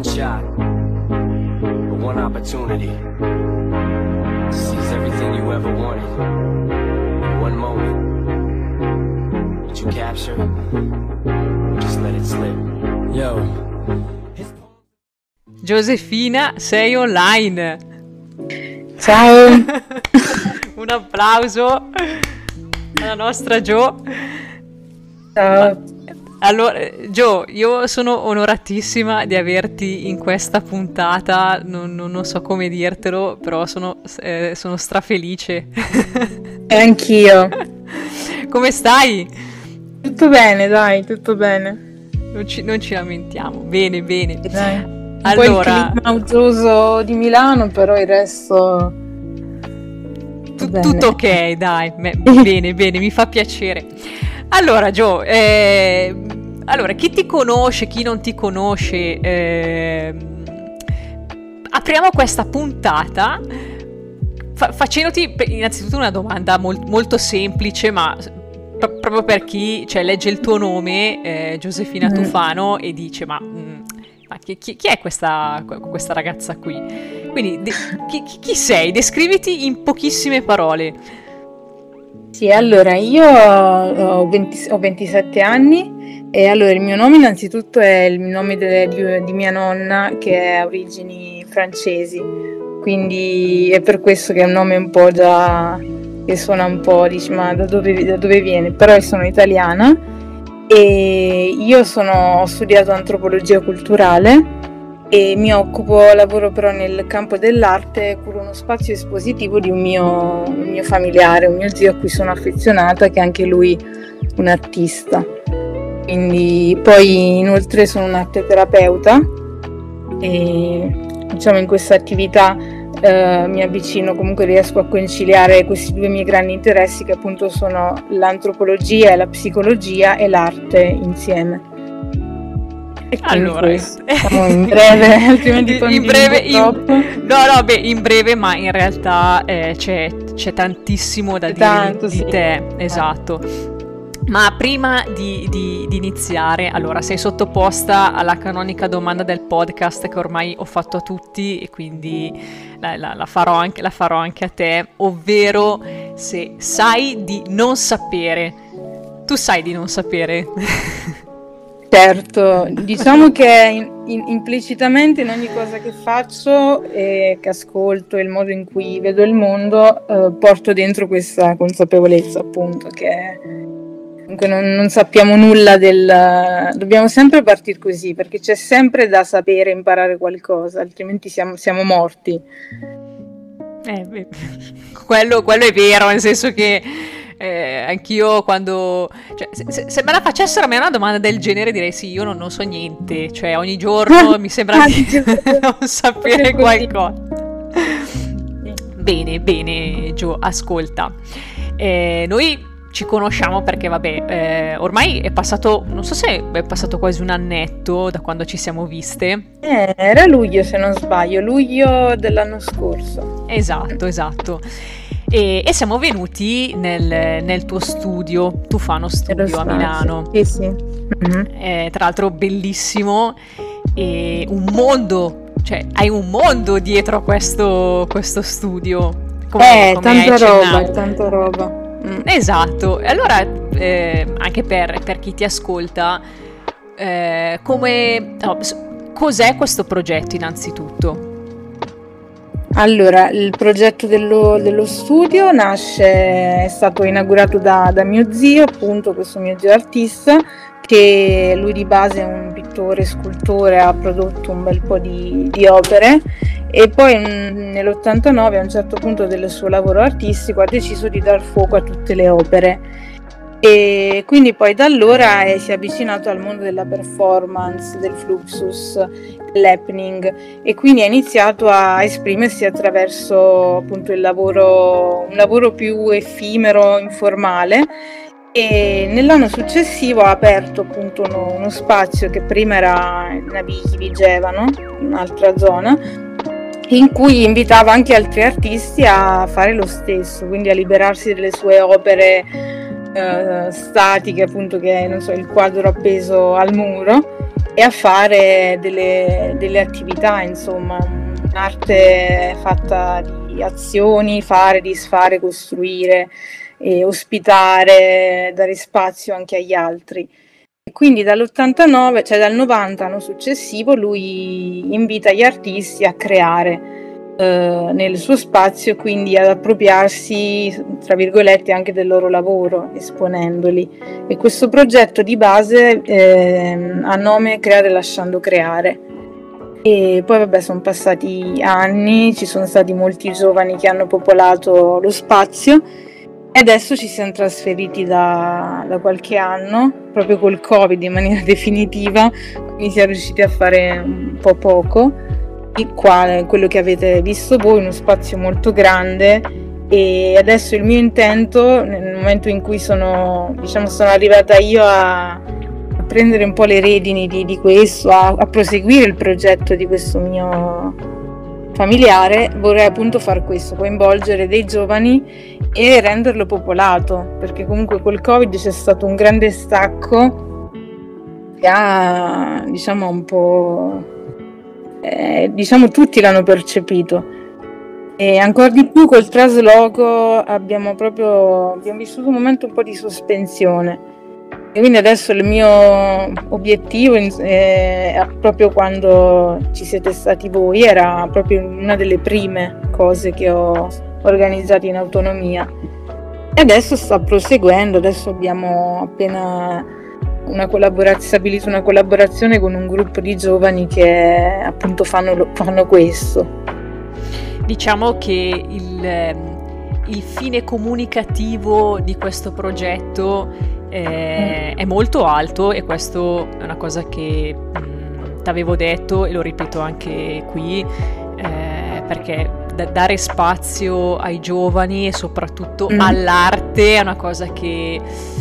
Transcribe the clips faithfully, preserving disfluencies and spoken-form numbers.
one shot, or one opportunity to seize everything you ever wanted in one moment. Did you capture it? Just let it slip. Yo. Josefina, sei online. Ciao. Un applauso alla nostra Jo. Ciao. Allora, Jo, io sono onoratissima di averti in questa puntata, non, non, non so come dirtelo, però sono, eh, sono strafelice. E anch'io. Come stai? Tutto bene, dai, tutto bene. Non ci, non ci lamentiamo, bene, bene. Dai. Un allora, po' il clima uggioso di Milano, però il resto... Tu, tutto ok, dai, me, bene, bene, mi fa piacere. Allora, Jo, eh, allora, chi ti conosce, chi non ti conosce, eh, apriamo questa puntata fa- facendoti innanzitutto una domanda molt- molto semplice, ma pro- proprio per chi cioè, legge il tuo nome, eh, Josefina mm. Tufano, e dice, ma, mh, ma chi, chi, chi è questa, questa ragazza qui? Quindi, de- chi, chi sei? Descriviti in pochissime parole. Sì, allora io ho, venti, ho ventisette anni e allora il mio nome innanzitutto è il nome de, di, di mia nonna, che ha origini francesi, quindi è per questo che è un nome un po' già che suona un po', dici, ma da dove, da dove viene? Però io sono italiana e io sono, ho studiato antropologia culturale e mi occupo, lavoro però nel campo dell'arte, curo uno spazio espositivo di un mio, un mio familiare, un mio zio a cui sono affezionata, che è anche lui un artista. Quindi poi inoltre sono un'arte terapeuta e diciamo in questa attività eh, mi avvicino, comunque riesco a conciliare questi due miei grandi interessi, che appunto sono l'antropologia e la psicologia e l'arte insieme. Allora, diciamo in breve, altrimenti in breve, in, no, no, beh, in breve, ma in realtà eh, c'è, c'è tantissimo da c'è dire tanto, di sì. te, esatto. Ma prima di, di, di iniziare, allora, sei sottoposta alla canonica domanda del podcast che ormai ho fatto a tutti e quindi la, la, la, farò anche, la farò anche a te, ovvero se sai di non sapere. Tu sai di non sapere? Certo, diciamo che in, in, implicitamente in ogni cosa che faccio e che ascolto, il modo in cui vedo il mondo, eh, porto dentro questa consapevolezza, appunto, che comunque non, non sappiamo nulla del... Dobbiamo sempre partire così, perché c'è sempre da sapere, imparare qualcosa, altrimenti siamo, siamo morti. Eh, beh, quello, quello è vero, nel senso che Eh, anch'io quando cioè, se, se me la facessero a me una domanda del genere direi sì, io non, non so niente, cioè ogni giorno mi sembra di non sapere qualcosa. Bene, bene Jo, ascolta, eh, noi ci conosciamo perché vabbè eh, ormai è passato, non so se è passato quasi un annetto da quando ci siamo viste. Eh, era luglio se non sbaglio, luglio dell'anno scorso. Esatto, esatto. E, e siamo venuti nel, nel tuo studio, Tufano Studio a Milano. Sì, sì. Mm-hmm. Eh, tra l'altro bellissimo e un mondo, cioè hai un mondo dietro a questo, questo studio. Come, eh, come tanta roba, tanta roba. Mm. Esatto. E allora, eh, anche per, per chi ti ascolta, eh, come, no, cos'è questo progetto innanzitutto? Allora, il progetto dello, dello studio nasce, è stato inaugurato da, da mio zio, appunto, questo mio zio artista, che lui di base è un pittore, scultore, ha prodotto un bel po' di, di opere e poi mh, nell'ottantanove, a un certo punto del suo lavoro artistico, ha deciso di dar fuoco a tutte le opere. E quindi poi da allora eh, si è avvicinato al mondo della performance, del fluxus, dell'happening, e quindi ha iniziato a esprimersi attraverso appunto il lavoro, un lavoro più effimero, informale, e nell'anno successivo ha aperto appunto uno, uno spazio che prima era Navigli Vigevano, un'altra zona, in cui invitava anche altri artisti a fare lo stesso, quindi a liberarsi delle sue opere Uh, statiche, appunto, che non so, il quadro appeso al muro, e a fare delle, delle attività, insomma, un'arte fatta di azioni, fare, disfare, costruire, e ospitare, dare spazio anche agli altri. E quindi dall'ottantanove, cioè dal novanta, anno successivo, lui invita gli artisti a creare eh, nel suo spazio, quindi ad appropriarsi, tra virgolette, anche del loro lavoro, esponendoli. E questo progetto di base eh, ha nome Creare lasciando creare. E poi vabbè, sono passati anni, ci sono stati molti giovani che hanno popolato lo spazio. E adesso ci siamo trasferiti da, da qualche anno, proprio col Covid in maniera definitiva, quindi siamo riusciti a fare un po' poco. E qua, quello che avete visto voi, uno spazio molto grande, e adesso il mio intento, nel momento in cui sono, diciamo, sono arrivata io a, a prendere un po' le redini di, di questo, a, a proseguire il progetto di questo mio familiare, vorrei appunto far questo, coinvolgere dei giovani e renderlo popolato, perché comunque col Covid c'è stato un grande stacco che ha, diciamo, un po' eh, diciamo tutti l'hanno percepito, e ancora di più col trasloco abbiamo proprio abbiamo vissuto un momento un po' di sospensione. E quindi adesso il mio obiettivo è proprio quando ci siete stati voi, era proprio una delle prime cose che ho organizzato in autonomia, e adesso sta proseguendo. Adesso abbiamo appena una collaborazione, stabilito una collaborazione con un gruppo di giovani che appunto fanno, fanno questo. Diciamo che il, il fine comunicativo di questo progetto è, è molto alto, e questo è una cosa che ti avevo detto e lo ripeto anche qui, eh, perché da, dare spazio ai giovani e soprattutto mm. all'arte è una cosa che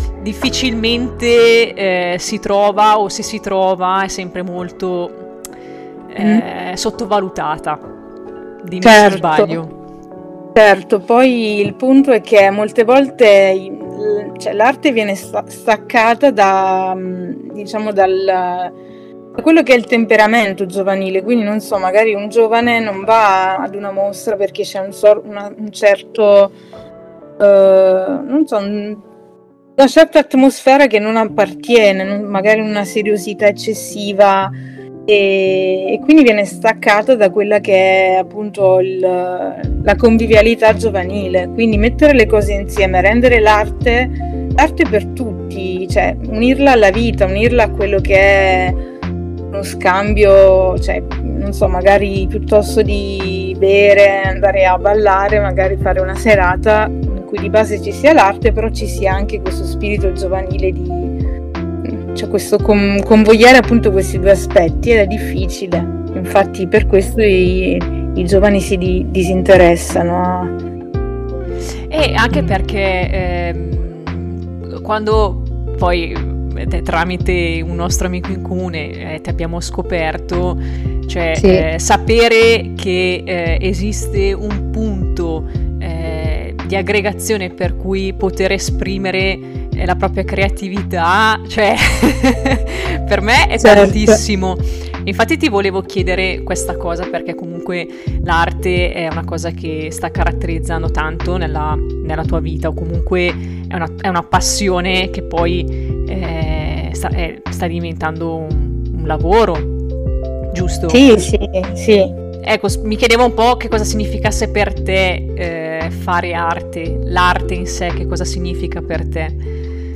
difficilmente eh, si trova, o se si trova è sempre molto eh, mm. sottovalutata. Dimmi se sbaglio. Certo, poi il punto è che molte volte cioè, l'arte viene staccata da, diciamo, dal, da quello che è il temperamento giovanile, quindi non so, magari un giovane non va ad una mostra perché c'è un, so, una, un certo, uh, non so, un, una certa atmosfera che non appartiene, non, magari una seriosità eccessiva, e, e quindi viene staccato da quella che è appunto il, la convivialità giovanile. Quindi mettere le cose insieme, rendere l'arte l'arte per tutti, cioè unirla alla vita, unirla a quello che è uno scambio, cioè non so, magari piuttosto di bere, andare a ballare, magari fare una serata in cui di base ci sia l'arte, però ci sia anche questo spirito giovanile di cioè questo con, convogliare appunto questi due aspetti, ed è difficile. Infatti per questo i, i giovani si di, disinteressano. E anche perché ehm, quando poi eh, tramite un nostro amico in comune eh, ti abbiamo scoperto, cioè sì. eh, sapere che eh, esiste un punto eh, di aggregazione per cui poter esprimere la propria creatività, cioè per me è certo. tantissimo. Infatti ti volevo chiedere questa cosa, perché comunque l'arte è una cosa che sta caratterizzando tanto nella, nella tua vita, o comunque è una, è una passione che poi eh, sta, è, sta diventando un, un lavoro, giusto? Sì, sì, sì. Ecco, mi chiedevo un po' che cosa significasse per te eh, fare arte, l'arte in sé, che cosa significa per te?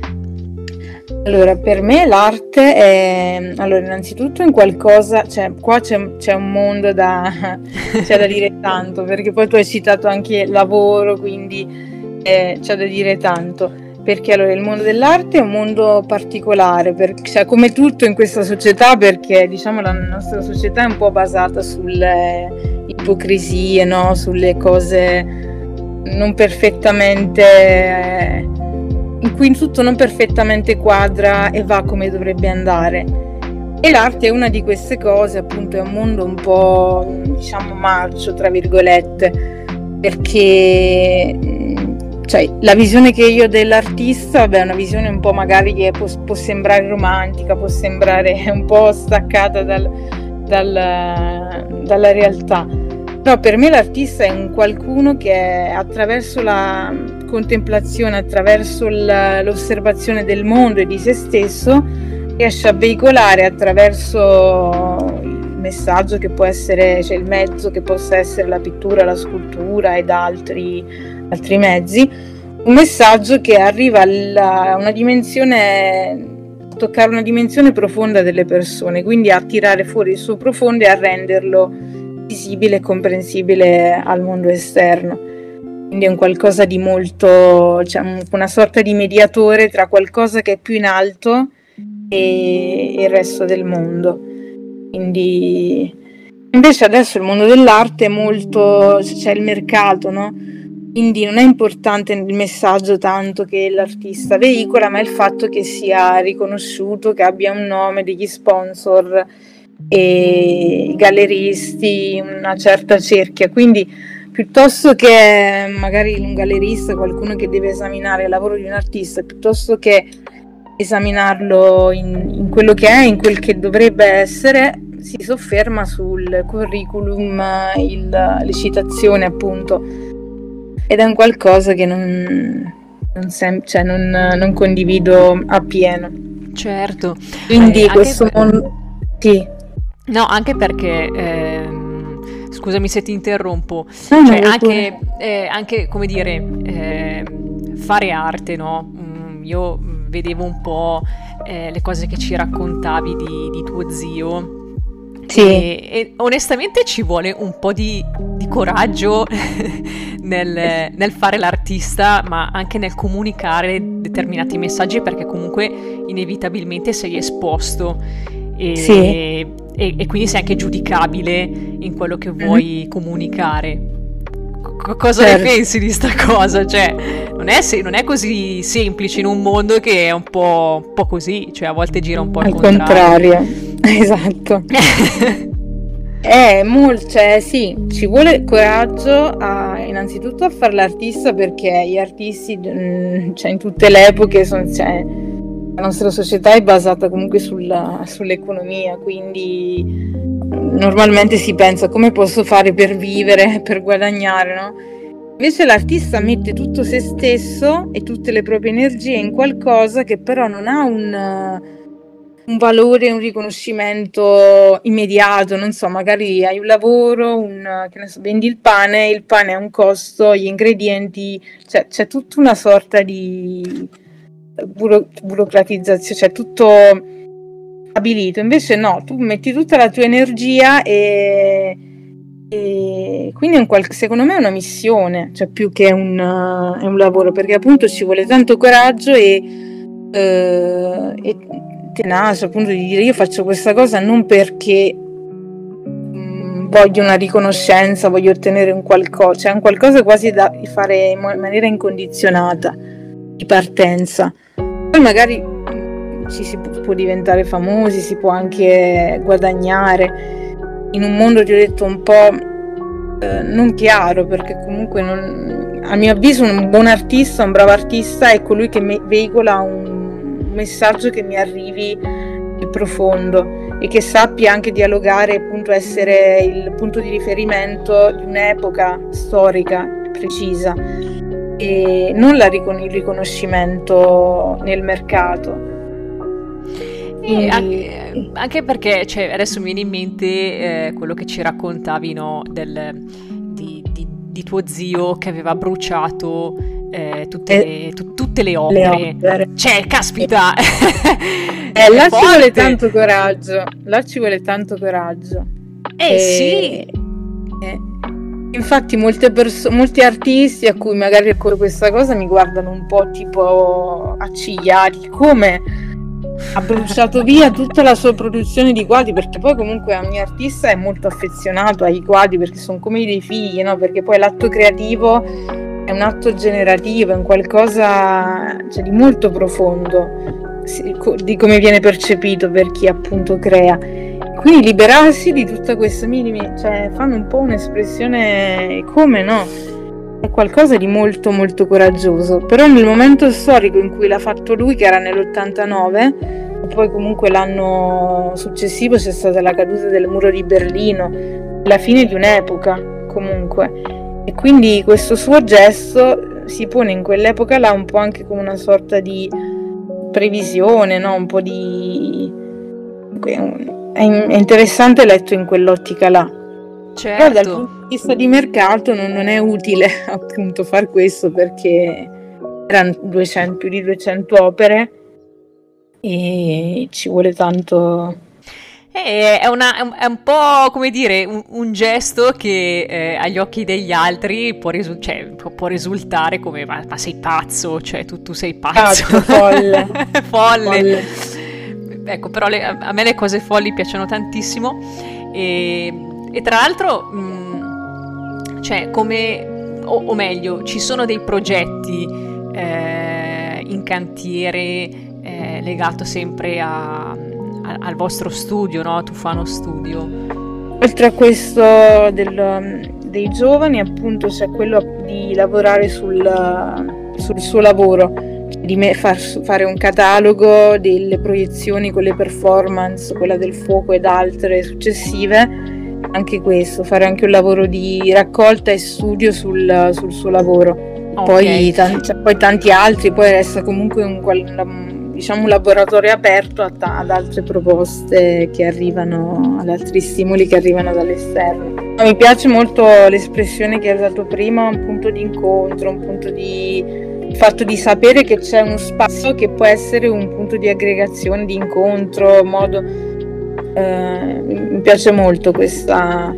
Allora, per me l'arte è, allora, innanzitutto in qualcosa, cioè qua c'è, c'è un mondo da, c'è da dire tanto, perché poi tu hai citato anche lavoro, quindi eh, c'è da dire tanto, perché allora il mondo dell'arte è un mondo particolare, per, cioè come tutto in questa società, perché diciamo la nostra società è un po' basata sulle ipocrisie, no? Sulle cose non perfettamente... Eh, in cui tutto non perfettamente quadra e va come dovrebbe andare, e l'arte è una di queste cose, appunto. È un mondo un po', diciamo, marcio, tra virgolette, perché cioè, la visione che io ho dell'artista, vabbè, è una visione un po' magari che può, può sembrare romantica, può sembrare un po' staccata dal, dal, dalla realtà. Però per me l'artista è un qualcuno che attraverso la contemplazione, attraverso la, l'osservazione del mondo e di se stesso, riesce a veicolare attraverso il messaggio che può essere, cioè il mezzo che possa essere la pittura, la scultura ed altri, altri mezzi, un messaggio che arriva a una dimensione, a toccare una dimensione profonda delle persone, quindi a tirare fuori il suo profondo e a renderlo visibile e comprensibile al mondo esterno. Quindi è un qualcosa di molto, cioè una sorta di mediatore tra qualcosa che è più in alto e il resto del mondo. Quindi invece adesso il mondo dell'arte è molto, c'è il mercato, no? Quindi non è importante il messaggio tanto che l'artista veicola, ma il fatto che sia riconosciuto, che abbia un nome, degli sponsor e galleristi, una certa cerchia. Quindi piuttosto che magari un gallerista, qualcuno che deve esaminare il lavoro di un artista, piuttosto che esaminarlo in, in quello che è, in quel che dovrebbe essere, si sofferma sul curriculum, il, le citazioni appunto, ed è un qualcosa che non, non, sem- cioè non, non condivido appieno. Certo. Quindi eh, questo per... mondo... Sì. No, anche perché... Ehm... Scusami se ti interrompo, no, cioè no, anche, eh, anche come dire, eh, fare arte, no? Mm, io vedevo un po' eh, le cose che ci raccontavi di, di tuo zio, sì. e, e onestamente ci vuole un po' di, di coraggio nel, nel fare l'artista, ma anche nel comunicare determinati messaggi, perché comunque inevitabilmente sei esposto e, sì. e, e quindi sei anche giudicabile in quello che vuoi mm-hmm. comunicare. C- cosa certo. ne pensi di sta cosa? Cioè, non è, se- non è così semplice in un mondo che è un po', un po' così, cioè a volte gira un po' al, al contrario. contrario. Esatto. È molto, cioè sì, ci vuole coraggio a, innanzitutto a fare l'artista, perché gli artisti, mh, cioè in tutte le epoche, sono, cioè, la nostra società è basata comunque sulla, sull'economia, quindi normalmente si pensa come posso fare per vivere, per guadagnare, no? Invece l'artista mette tutto se stesso e tutte le proprie energie in qualcosa che però non ha un, un valore, un riconoscimento immediato. Non so, magari hai un lavoro, un, che ne so, vendi il pane, il pane ha un costo, gli ingredienti, cioè c'è tutta una sorta di buro- burocratizzazione, cioè tutto stabilito. Invece no, tu metti tutta la tua energia e, e quindi è un qual- secondo me è una missione, cioè più che un, uh, è un lavoro, perché appunto ci vuole tanto coraggio e, uh, e tenacia, appunto, di dire io faccio questa cosa non perché mh, voglio una riconoscenza, voglio ottenere un qualcosa, cioè un qualcosa quasi da fare in maniera incondizionata di partenza. Poi magari mh, ci si può, può diventare famosi, si può anche guadagnare in un mondo, ti ho detto, un po' eh, non chiaro, perché comunque non, a mio avviso un buon artista, un bravo artista è colui che me- veicola un messaggio che mi arrivi il profondo e che sappia anche dialogare, appunto essere il punto di riferimento di un'epoca storica precisa e non la ricon- il riconoscimento nel mercato. E anche, anche perché, cioè, adesso mi viene in mente eh, quello che ci raccontavi, no, del, di, di, di tuo zio che aveva bruciato eh, tutte, le, tu, tutte le opere. le opere. Cioè, caspita! eh, là ci vuole tanto coraggio, là ci vuole tanto coraggio. Eh e, sì! Eh, infatti molte perso- molti artisti a cui magari ricordo questa cosa mi guardano un po' tipo accigliati, come ha bruciato via tutta la sua produzione di quadri, perché poi comunque ogni artista è molto affezionato ai quadri perché sono come dei figli, no? Perché poi l'atto creativo è un atto generativo, è un qualcosa, cioè, di molto profondo di come viene percepito per chi appunto crea. Quindi liberarsi di tutta questa minima, cioè fanno un po' un'espressione, come no? è qualcosa di molto molto coraggioso, però nel momento storico in cui l'ha fatto lui, che era nell'ottantanove, e poi comunque l'anno successivo c'è stata la caduta del muro di Berlino, la fine di un'epoca comunque, e quindi questo suo gesto si pone in quell'epoca là un po' anche come una sorta di previsione, no? Un po' di... è interessante letto in quell'ottica là. Certo. Però dal punto di vista di mercato non, non è utile appunto far questo, perché erano duecento, più di duecento opere e ci vuole tanto. È, una, è un po' come dire un, un gesto che eh, agli occhi degli altri può, risu- cioè, può, può risultare come ma, ma sei pazzo, cioè tu, tu sei pazzo, Pazzo, folle. folle. Folle. Ecco, però le, a me le cose folli piacciono tantissimo e, e tra l'altro mh, cioè come o, o meglio ci sono dei progetti eh, in cantiere eh, legato sempre a al vostro studio, no? Tufano Studio. Oltre a questo del, dei giovani, appunto, c'è quello di lavorare sul, sul suo lavoro, di me, far, fare un catalogo delle proiezioni con le performance, quella del fuoco ed altre successive. Anche questo, fare anche un lavoro di raccolta e studio sul, sul suo lavoro. Okay. Poi, tanti, poi tanti altri, poi resta comunque un, un diciamo un laboratorio aperto a t- ad altre proposte che arrivano, ad altri stimoli che arrivano dall'esterno. Mi piace molto l'espressione che hai usato prima, un punto di incontro, un punto di il fatto di sapere che c'è uno spazio che può essere un punto di aggregazione, di incontro, modo eh, mi piace molto questa.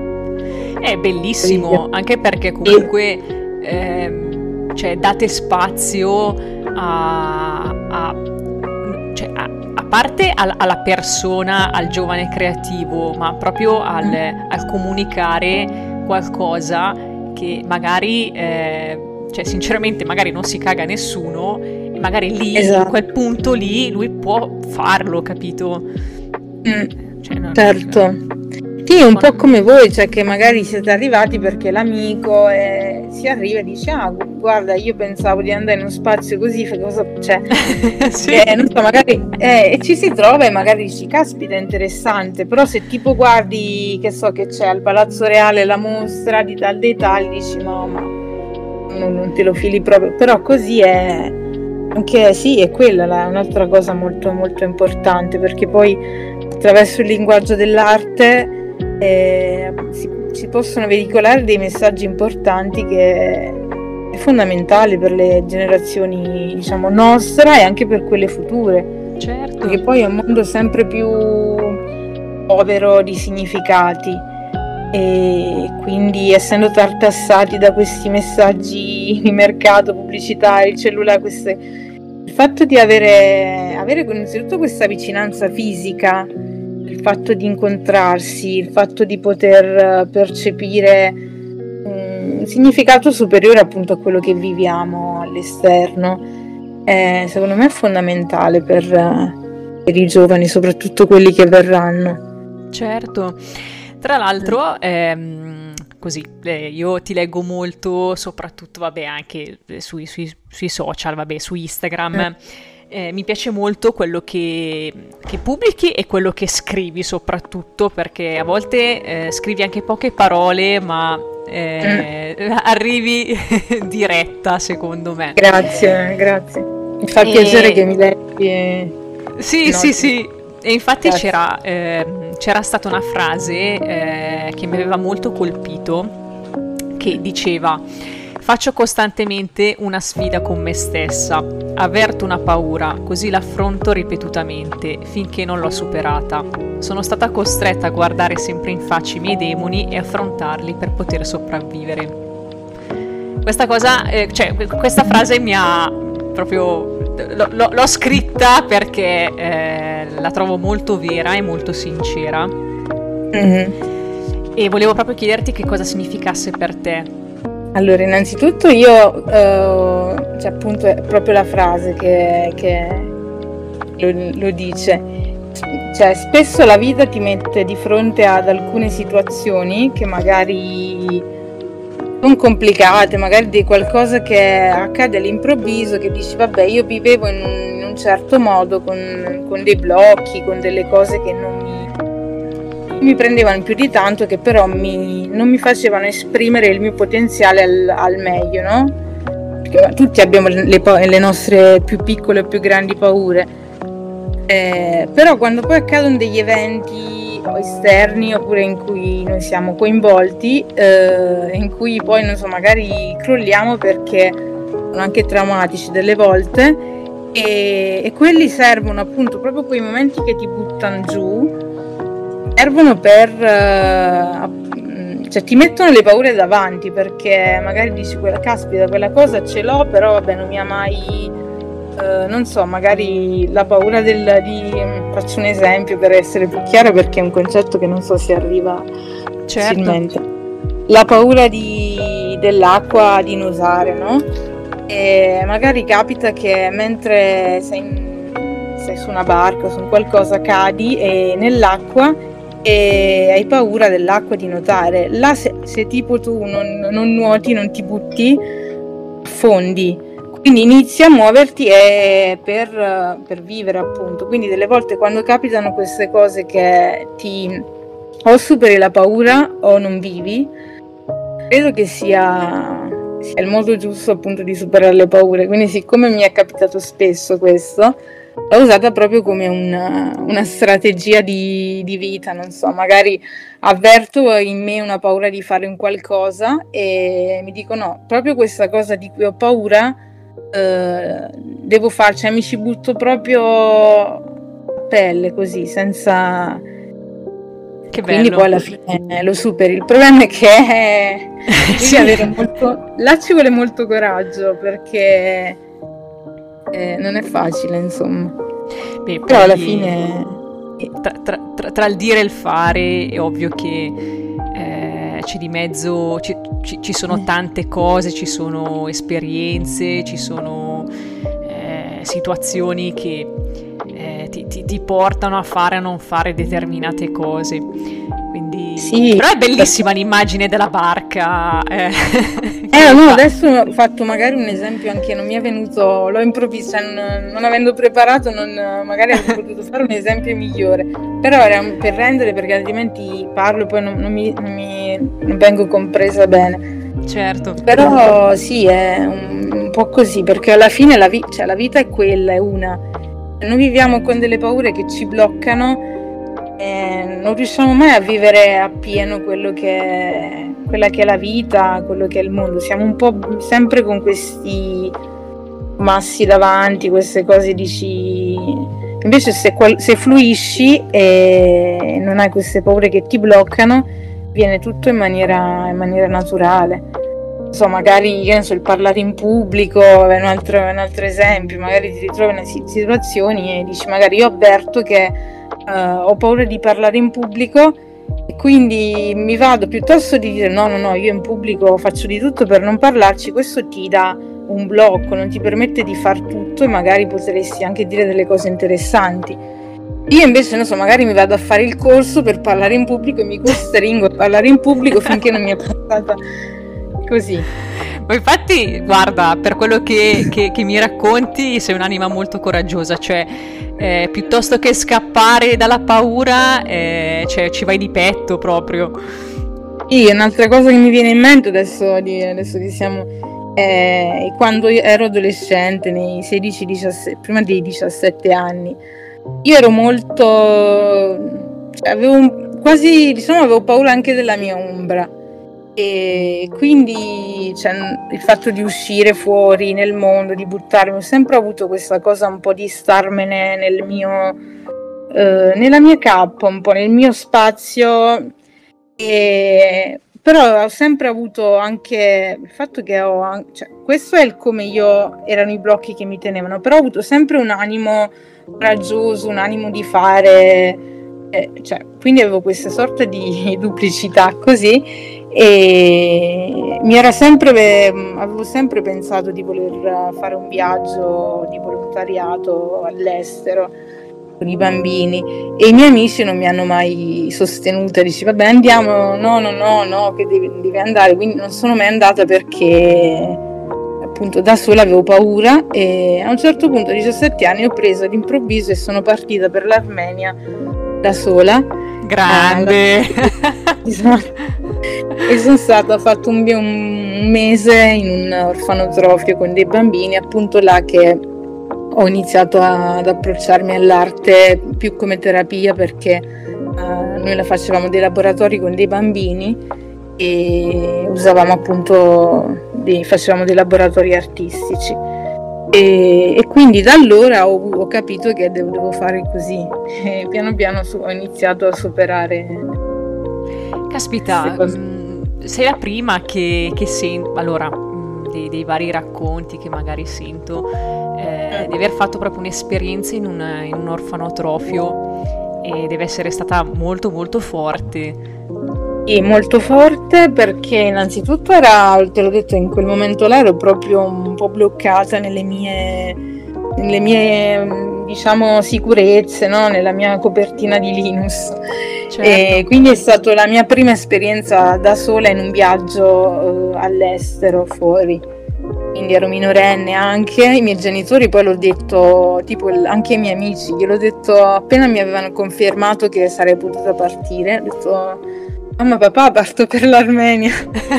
È bellissimo, anche perché comunque ehm, cioè date spazio a, a cioè a, a parte al, alla persona, al giovane creativo, ma proprio al, al comunicare qualcosa che magari eh, cioè sinceramente magari non si caga nessuno e magari lì, esatto. In quel punto lì lui può farlo, capito? Mm, cioè, non, certo. Sì, un po' come voi, cioè che magari siete arrivati perché l'amico eh, si arriva e dice ah guarda io pensavo di andare in uno spazio così, cosa c'è? Sì. eh, non so, magari eh, e ci si trova e magari dici caspita è interessante, però se tipo guardi che so che c'è al Palazzo Reale la mostra di tal dei tali dici no ma non, non te lo fili proprio, però così è anche sì è quella la, un'altra cosa molto molto importante, perché poi attraverso il linguaggio dell'arte Eh, si, si possono veicolare dei messaggi importanti che è fondamentale per le generazioni diciamo nostra e anche per quelle future, certo, perché poi è un mondo sempre più povero di significati e quindi essendo tartassati da questi messaggi di mercato, pubblicitari, cellulari, queste, il fatto di avere, avere innanzitutto questa vicinanza fisica, il fatto di incontrarsi, il fatto di poter percepire un significato superiore appunto a quello che viviamo all'esterno, eh, secondo me è fondamentale per, per i giovani, soprattutto quelli che verranno. Certo, tra l'altro ehm, così eh, io ti leggo molto, soprattutto vabbè anche sui, sui, sui social, vabbè su Instagram. Eh. Eh, mi piace molto quello che, che pubblichi e quello che scrivi soprattutto, perché a volte eh, scrivi anche poche parole ma eh, mm. arrivi diretta secondo me. Grazie, grazie. Mi fa e... piacere che mi leggi. E... Sì, no, sì, sì. E infatti c'era, eh, c'era stata una frase eh, che mi aveva molto colpito che diceva: faccio costantemente una sfida con me stessa, avverto una paura, così l'affronto ripetutamente, finché non l'ho superata. Sono stata costretta a guardare sempre in faccia i miei demoni e affrontarli per poter sopravvivere. Questa cosa, eh, cioè, questa frase mi ha proprio... L- l'ho scritta perché eh, la trovo molto vera e molto sincera. Mm-hmm. E volevo proprio chiederti che cosa significasse per te. Allora, innanzitutto io, eh, cioè appunto è proprio la frase che, che lo, lo dice, cioè spesso la vita ti mette di fronte ad alcune situazioni che magari non complicate, magari di qualcosa che accade all'improvviso, che dici vabbè, io vivevo in un, in un certo modo, con, con dei blocchi, con delle cose che non mi, mi prendevano più di tanto, che però mi, non mi facevano esprimere il mio potenziale al, al meglio, no? Perché tutti abbiamo le, le nostre più piccole o più grandi paure, eh, però quando poi accadono degli eventi esterni oppure in cui noi siamo coinvolti, eh, in cui poi non so, magari crolliamo perché sono anche traumatici delle volte, e, e quelli servono appunto proprio quei momenti che ti buttano giù, servono per uh, cioè ti mettono le paure davanti, perché magari dici quella caspita, quella cosa ce l'ho, però vabbè non mi ha mai Uh, non so, magari la paura del, di faccio un esempio per essere più chiara, perché è un concetto che non so se arriva certo. facilmente. La paura di, dell'acqua, di nuotare, no? E magari capita che mentre sei, in, sei su una barca o su qualcosa cadi e nell'acqua e hai paura dell'acqua, di nuotare. Là se, se tipo tu non, non nuoti, non ti butti, affondi. Quindi inizi a muoverti e per, per vivere appunto. Quindi delle volte quando capitano queste cose che ti o superi la paura o non vivi, credo che sia, sia il modo giusto appunto di superare le paure. Quindi siccome mi è capitato spesso questo, l'ho usata proprio come una, una strategia di, di vita, non so, magari avverto in me una paura di fare un qualcosa e mi dico no, proprio questa cosa di cui ho paura, Uh, devo farci, cioè mi ci butto proprio a pelle così, senza che bello. Quindi poi alla fine lo superi. Il problema è che sì. avere molto, là ci vuole molto coraggio, perché eh, non è facile, insomma. Beh, però alla fine tra, tra, tra, tra il dire e il fare è ovvio che eh, c'è di mezzo, ci, ci, ci sono tante cose, ci sono esperienze, ci sono eh, situazioni che eh, ti, ti, ti portano a fare o a non fare determinate cose. Quindi sì, però è bellissima l'immagine della barca. Eh, eh no, adesso ho fatto magari un esempio, anche non mi è venuto, l'ho improvvisato, non, non avendo preparato, non, magari avrei potuto fare un esempio migliore, però era per rendere, perché altrimenti parlo e poi non, non, mi, non, mi, non vengo compresa bene. Certo. Però sì, è un, un po' così, perché alla fine la, vi- cioè, la vita è quella, è una. Noi viviamo con delle paure che ci bloccano. Eh, non riusciamo mai a vivere appieno quello che è, quella che è la vita, quello che è il mondo. Siamo un po' sempre con questi massi davanti, queste cose dici. Invece se, se fluisci e non hai queste paure che ti bloccano, viene tutto in maniera, in maniera naturale. Non so, magari che ne so, il parlare in pubblico è un altro, un altro esempio. Magari ti ritrovi in situazioni e dici magari io avverto che Uh, ho paura di parlare in pubblico e quindi mi vado, piuttosto di dire no no no io in pubblico faccio di tutto per non parlarci, questo ti dà un blocco, non ti permette di far tutto e magari potresti anche dire delle cose interessanti. Io invece non so, magari mi vado a fare il corso per parlare in pubblico e mi costringo a parlare in pubblico finché non mi è passata così. Ma infatti guarda, per quello che, che, che mi racconti sei un'anima molto coraggiosa, cioè eh, piuttosto che scappare dalla paura eh, cioè, ci vai di petto proprio. Sì, un'altra cosa che mi viene in mente adesso, di, adesso che siamo eh, quando ero adolescente, nei sedici diciassette, prima dei diciassette anni, io ero molto, cioè, avevo un, quasi, diciamo, avevo paura anche della mia ombra. E quindi cioè, il fatto di uscire fuori nel mondo, di buttarmi, ho sempre avuto questa cosa un po' di starmene nel mio eh, nella mia cappa, un po' nel mio spazio, e però ho sempre avuto anche il fatto che ho, cioè, questo è il come io, erano i blocchi che mi tenevano, però ho avuto sempre un animo coraggioso, un animo di fare, eh, cioè, quindi avevo questa sorta di duplicità così. E mi era sempre avevo sempre pensato di voler fare un viaggio di volontariato all'estero, con i bambini, e i miei amici non mi hanno mai sostenuta, dici vabbè andiamo, no no no no che devi, devi andare, quindi non sono mai andata perché appunto da sola avevo paura, e a un certo punto a diciassette anni ho preso all'improvviso e sono partita per l'Armenia da sola. Grande! E sono stata, ho fatto un, un mese in un orfanotrofio con dei bambini, appunto là che ho iniziato a, ad approcciarmi all'arte più come terapia, perché uh, noi la facevamo dei laboratori con dei bambini e usavamo appunto dei, facevamo dei laboratori artistici, e, e quindi da allora ho, ho capito che devo fare così, e piano piano su, ho iniziato a superare. Caspita, mh, sei la prima che, che sento, allora, mh, dei, dei vari racconti che magari sento, eh, di aver fatto proprio un'esperienza in un, in un orfanotrofio, e deve essere stata molto molto forte. Sì, molto forte, perché innanzitutto era, te l'ho detto, in quel momento là ero proprio un po' bloccata nelle mie, nelle mie diciamo sicurezze, no? Nella mia copertina di Linus. Certo. E quindi è stata la mia prima esperienza da sola in un viaggio eh, all'estero, fuori. Quindi ero minorenne anche, i miei genitori poi l'ho detto, tipo anche ai miei amici, gliel'ho detto appena mi avevano confermato che sarei potuta partire, ho detto mamma papà parto per l'Armenia.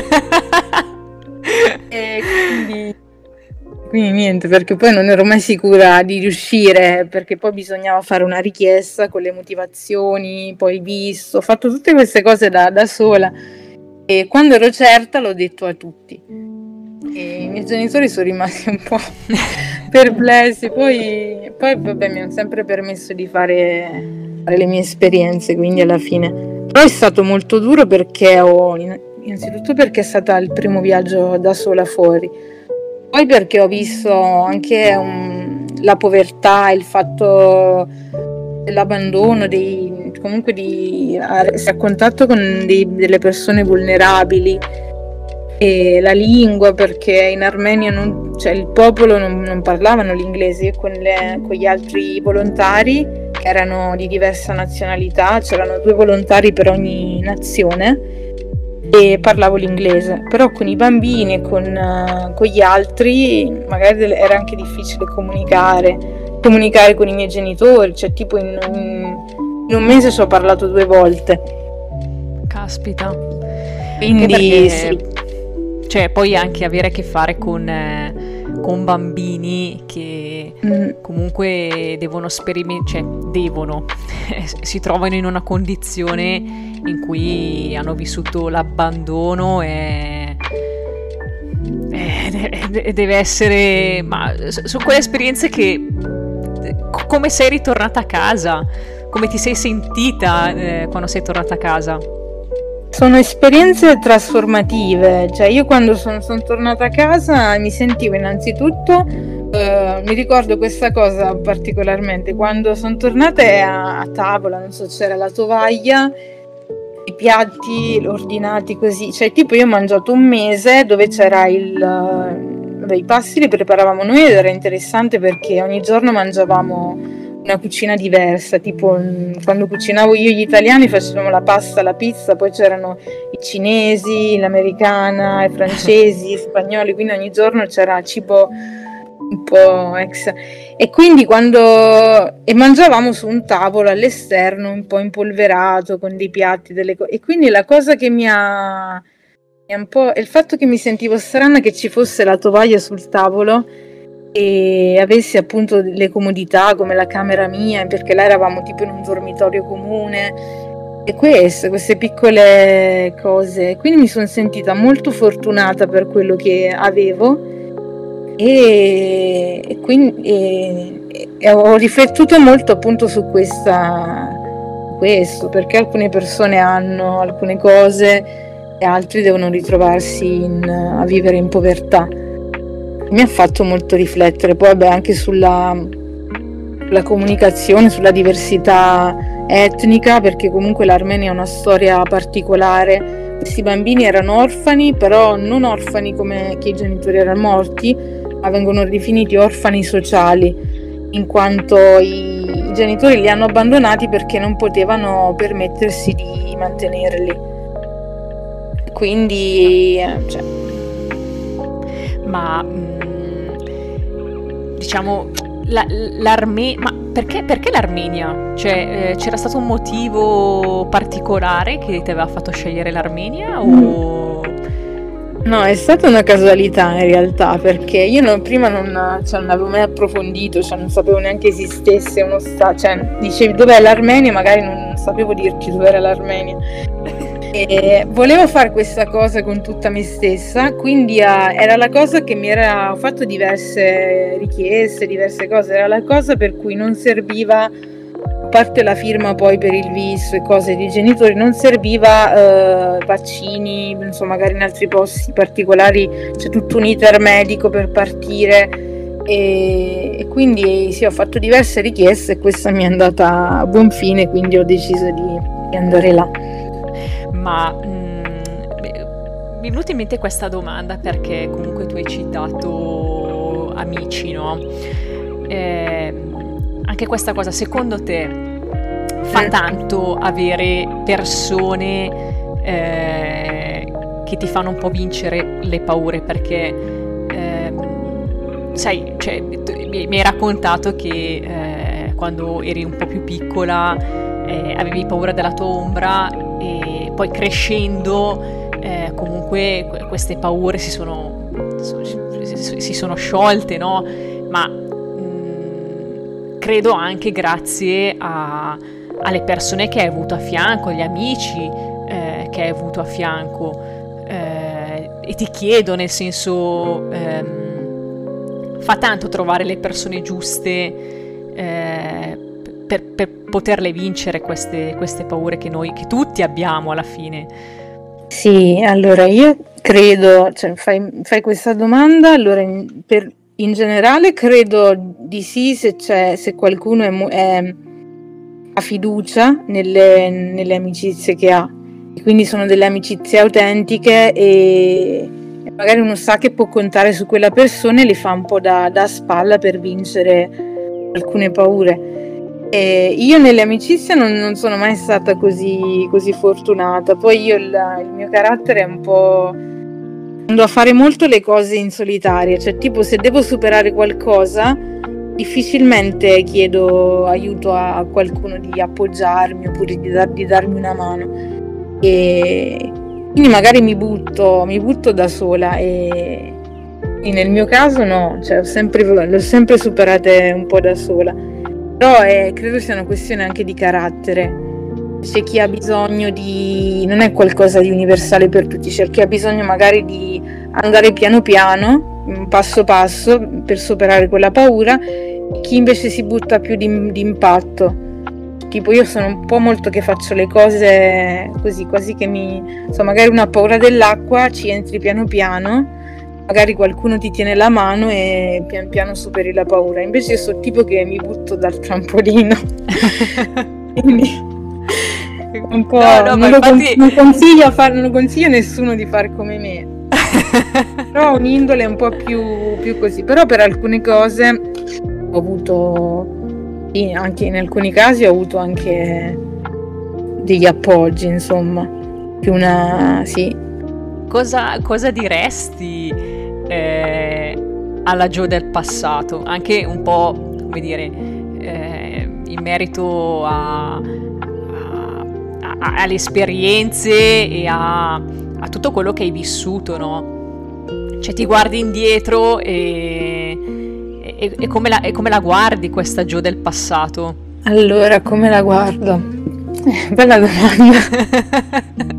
E quindi, quindi niente, perché poi non ero mai sicura di riuscire, perché poi bisognava fare una richiesta con le motivazioni, poi visto, ho fatto tutte queste cose da, da sola, e quando ero certa l'ho detto a tutti, e i miei genitori sono rimasti un po' perplessi, poi, poi vabbè mi hanno sempre permesso di fare, fare le mie esperienze, quindi alla fine. Però è stato molto duro, perché ho, innanzitutto perché è stato il primo viaggio da sola fuori, poi perché ho visto anche um, la povertà, il fatto dell'abbandono, dei, comunque di essere a contatto con dei, delle persone vulnerabili, e la lingua, perché in Armenia non, cioè il popolo non, non parlavano l'inglese, e con, le, con gli altri volontari che erano di diversa nazionalità, c'erano due volontari per ogni nazione, e parlavo l'inglese, però con i bambini e con, uh, con gli altri magari era anche difficile comunicare, comunicare con i miei genitori, cioè tipo in, in, in un mese ci ho parlato due volte. Caspita. Quindi perché, sì. Cioè poi anche avere a che fare con, eh, con bambini che mm. comunque devono sperimentare, cioè devono, si trovano in una condizione in cui hanno vissuto l'abbandono, e, e deve essere, ma sono quelle esperienze che, come sei ritornata a casa, come ti sei sentita eh, quando sei tornata a casa? Sono esperienze trasformative, cioè io quando sono, sono tornata a casa mi sentivo innanzitutto, eh, mi ricordo questa cosa particolarmente, quando sono tornata a, a tavola, non so, c'era la tovaglia, i piatti ordinati così, cioè tipo io ho mangiato un mese dove c'era il, vabbè, i pasti li preparavamo noi, ed era interessante perché ogni giorno mangiavamo una cucina diversa, tipo quando cucinavo io gli italiani facevamo la pasta, la pizza, poi c'erano i cinesi, l'americana, i francesi, gli spagnoli, quindi ogni giorno c'era cibo un po' ex, e quindi quando e mangiavamo su un tavolo all'esterno un po' impolverato con dei piatti, delle cose, e quindi la cosa che mi ha, mi ha un po' è il fatto che mi sentivo strana che ci fosse la tovaglia sul tavolo e avessi appunto le comodità come la camera mia, perché là eravamo tipo in un dormitorio comune, e queste, queste piccole cose, quindi mi sono sentita molto fortunata per quello che avevo, e, e quindi e, e ho riflettuto molto appunto su questa questo, perché alcune persone hanno alcune cose e altri devono ritrovarsi in, a vivere in povertà. Mi ha fatto molto riflettere, poi vabbè, anche sulla, sulla comunicazione, sulla diversità etnica, perché comunque l'Armenia è una storia particolare. Questi bambini erano orfani, però non orfani come che i genitori erano morti, ma vengono definiti orfani sociali, in quanto i, i i genitori li hanno abbandonati perché non potevano permettersi di mantenerli. Quindi, eh, cioè. Ma mh, diciamo la, l'Armenia, ma perché, perché l'Armenia? Cioè, eh, c'era stato un motivo particolare che ti aveva fatto scegliere l'Armenia o... No, è stata una casualità in realtà, perché io non, prima non, cioè, non avevo mai approfondito, cioè non sapevo neanche esistesse uno stato, cioè dicevi dov'è l'Armenia, magari non sapevo dirti dov'era l'Armenia. E volevo fare questa cosa con tutta me stessa, quindi uh, era la cosa che mi era, ho fatto diverse richieste, diverse cose, era la cosa per cui non serviva, a parte la firma poi per il visto e cose dei genitori, non serviva uh, vaccini, insomma magari in altri posti particolari c'è tutto un iter medico per partire e, e quindi sì, ho fatto diverse richieste e questa mi è andata a buon fine, quindi ho deciso di, di andare là. Ma mh, beh, mi è venuta in mente questa domanda perché comunque tu hai citato amici, no? Eh, anche questa cosa, secondo te, fa tanto avere persone eh, che ti fanno un po' vincere le paure? Perché, eh, sai, cioè, mi, mi hai raccontato che eh, quando eri un po' più piccola eh, avevi paura della tua ombra e poi crescendo eh, comunque queste paure si sono, si sono sciolte, no? Ma mh, credo anche grazie a, alle persone che hai avuto a fianco, agli amici eh, che hai avuto a fianco eh, e ti chiedo, nel senso ehm, fa tanto trovare le persone giuste eh, per, per poterle vincere queste, queste paure che noi, che tutti abbiamo alla fine. Sì, allora io credo, cioè fai, fai questa domanda, allora in, per, in generale credo di sì se, c'è, se qualcuno è, è, ha fiducia nelle, nelle amicizie che ha, e quindi sono delle amicizie autentiche e, e magari uno sa che può contare su quella persona e le fa un po' da, da spalla per vincere alcune paure. E io nelle amicizie non, non sono mai stata così, così fortunata. Poi io il, il mio carattere è un po'... tendo a fare molto le cose in solitaria, cioè tipo se devo superare qualcosa difficilmente chiedo aiuto a, a qualcuno di appoggiarmi oppure di, dar, di darmi una mano. E quindi magari mi butto, mi butto da sola e, e nel mio caso no, cioè ho sempre, l'ho sempre superate un po' da sola. Però è, credo sia una questione anche di carattere. C'è chi ha bisogno di... non è qualcosa di universale per tutti, c'è chi ha bisogno magari di andare piano piano, passo passo, per superare quella paura, chi invece si butta più di, di impatto. Tipo io sono un po' molto che faccio le cose così, quasi che mi... insomma, magari una paura dell'acqua, ci entri piano piano, magari qualcuno ti tiene la mano e pian piano superi la paura. Invece io sono tipo che mi butto dal trampolino. Quindi un po' no, no, non, lo infatti... non, consiglio a far, non consiglio a nessuno di fare come me. Però ho un'indole un po' più, più così. Però per alcune cose ho avuto, sì, anche in alcuni casi ho avuto anche degli appoggi, insomma. Più una, sì. Cosa, cosa diresti eh, alla Jo del passato? Anche un po', come dire, eh, in merito a, a, a, alle esperienze e a, a tutto quello che hai vissuto, no? Cioè ti guardi indietro e, e, e, come, la, e come la guardi questa Jo del passato? Allora, come la guardo? Eh, bella domanda.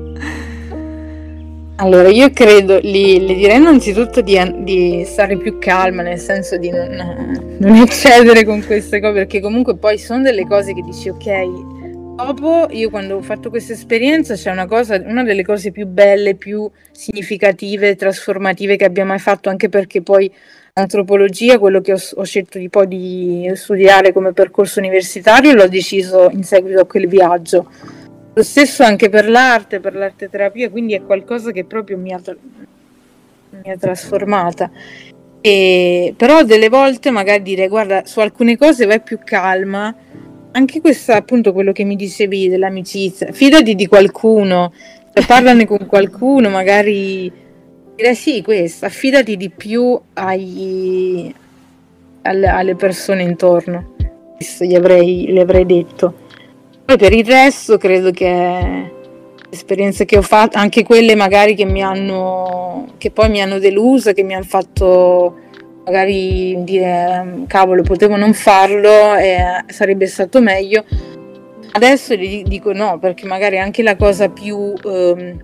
Allora, io credo, li, le direi innanzitutto di, di stare più calma, nel senso di non, non eccedere con queste cose, perché comunque poi sono delle cose che dici, ok, dopo io quando ho fatto questa esperienza c'è una cosa, una delle cose più belle, più significative, trasformative che abbia mai fatto, anche perché poi antropologia, quello che ho, ho scelto di poi di studiare come percorso universitario, l'ho deciso in seguito a quel viaggio. Lo stesso anche per l'arte, per l'arte terapia, quindi è qualcosa che proprio mi ha, mi ha trasformata. E, però delle volte magari dire guarda, su alcune cose vai più calma, anche questo appunto quello che mi dicevi dell'amicizia, fidati di qualcuno, cioè, parlane con qualcuno, magari dire sì questo, affidati di più agli, alle, alle persone intorno, questo gli avrei, gli avrei detto. Poi per il resto credo che esperienze che ho fatto, anche quelle magari che mi hanno, che poi mi hanno deluso, che mi hanno fatto magari dire cavolo, potevo non farlo e sarebbe stato meglio. Adesso gli dico no, perché magari anche la cosa più ehm,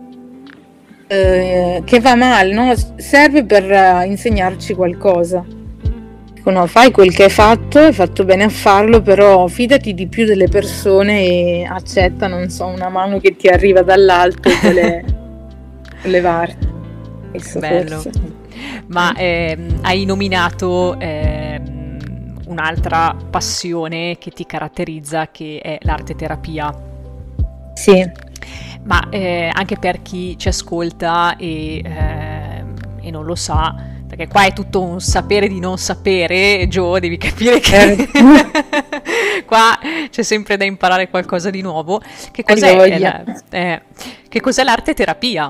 eh, che va male, no? Serve per insegnarci qualcosa. Dico no, fai quel che hai fatto, hai fatto bene a farlo, però fidati di più delle persone e accetta, non so, una mano che ti arriva dall'alto e vuole levarti. Questo bello. Forse. Ma ehm, hai nominato ehm, un'altra passione che ti caratterizza, che è l'arte terapia. Sì. Ma eh, anche per chi ci ascolta e, eh, e non lo sa, perché qua è tutto un sapere di non sapere, Gio, devi capire che qua c'è sempre da imparare qualcosa di nuovo. Che cos'è, la, eh, che cos'è l'arte terapia?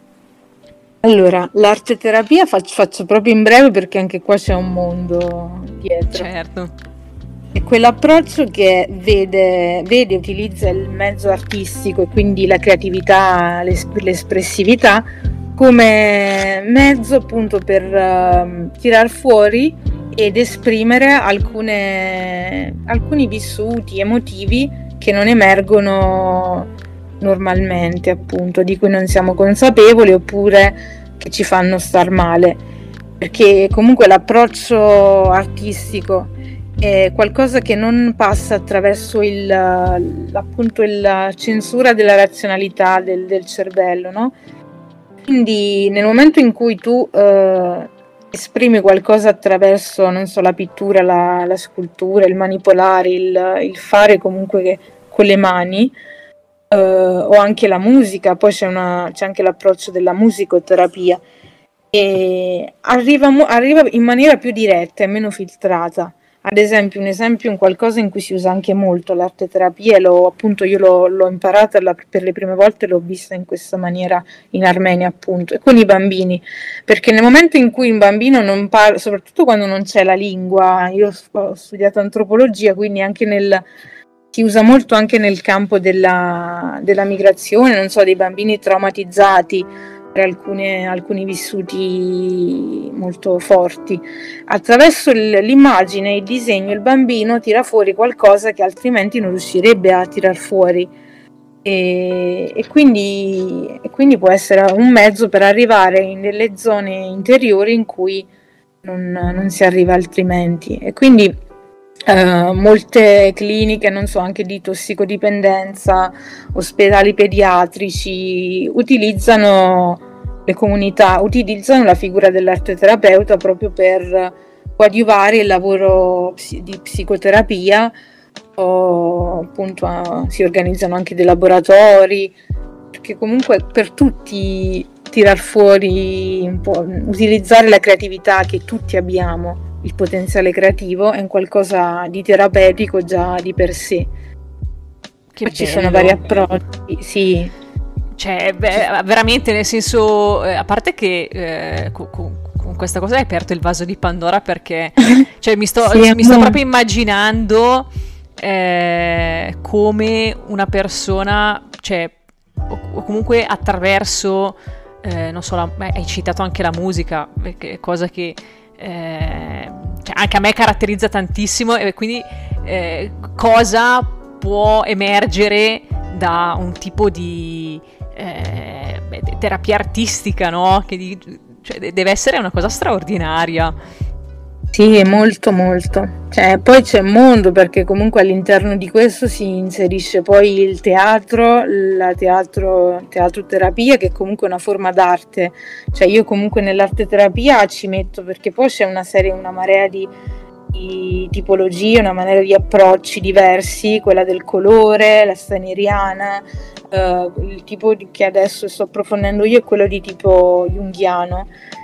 Allora, l'arte terapia faccio, faccio proprio in breve perché anche qua c'è un mondo dietro. Certo. È quell'approccio che vede, vede e utilizza il mezzo artistico e quindi la creatività, l'es- l'espressività come mezzo appunto per uh, tirar fuori ed esprimere alcune, alcuni vissuti emotivi che non emergono normalmente, appunto, di cui non siamo consapevoli oppure che ci fanno star male, perché comunque l'approccio artistico è qualcosa che non passa attraverso il, appunto la censura della razionalità del, del cervello, no? Quindi nel momento in cui tu eh, esprimi qualcosa attraverso, non so, la pittura, la, la scultura, il manipolare, il, il fare comunque che, con le mani, Uh, o anche la musica, poi c'è, una, c'è anche l'approccio della musicoterapia e arriva, arriva in maniera più diretta e meno filtrata. Ad esempio, un esempio, un qualcosa in cui si usa anche molto l'arte terapia, e l'ho, appunto io l'ho, l'ho imparata la, per le prime volte, l'ho vista in questa maniera in Armenia, appunto, e con i bambini, perché nel momento in cui un bambino non parla, soprattutto quando non c'è la lingua, io ho studiato antropologia, quindi anche nel si usa molto anche nel campo della, della migrazione, non so, dei bambini traumatizzati per alcune, alcuni vissuti molto forti. Attraverso l'immagine e il disegno il bambino tira fuori qualcosa che altrimenti non riuscirebbe a tirar fuori e, e, quindi, e quindi può essere un mezzo per arrivare in delle zone interiori in cui non, non si arriva altrimenti. E quindi Uh, molte cliniche, non so, anche di tossicodipendenza, ospedali pediatrici utilizzano le comunità, utilizzano la figura dell'arteterapeuta proprio per coadiuvare il lavoro psi- di psicoterapia o appunto uh, si organizzano anche dei laboratori, perché comunque per tutti tirar fuori un po', utilizzare la creatività che tutti abbiamo, il potenziale creativo è un qualcosa di terapeutico già di per sé. Che ci sono vari approcci, sì. Cioè, beh, veramente, nel senso, eh, a parte che eh, con, con questa cosa hai aperto il vaso di Pandora, perché cioè, mi, sto, sì, mi sto proprio immaginando eh, come una persona, cioè, o, o comunque attraverso, eh, non so, la, beh, hai citato anche la musica, cosa che Eh, cioè anche a me caratterizza tantissimo, e quindi eh, cosa può emergere da un tipo di eh, terapia artistica, no? Che di, cioè, deve essere una cosa straordinaria. Sì, molto molto. Cioè, poi c'è un mondo, perché comunque all'interno di questo si inserisce poi il teatro, la teatro, teatro terapia, che è comunque una forma d'arte. Cioè io comunque nell'arte terapia ci metto, perché poi c'è una serie, una marea di, di tipologie, una marea di approcci diversi, quella del colore, la staneriana, uh, il tipo che adesso sto approfondendo io è quello di tipo junghiano.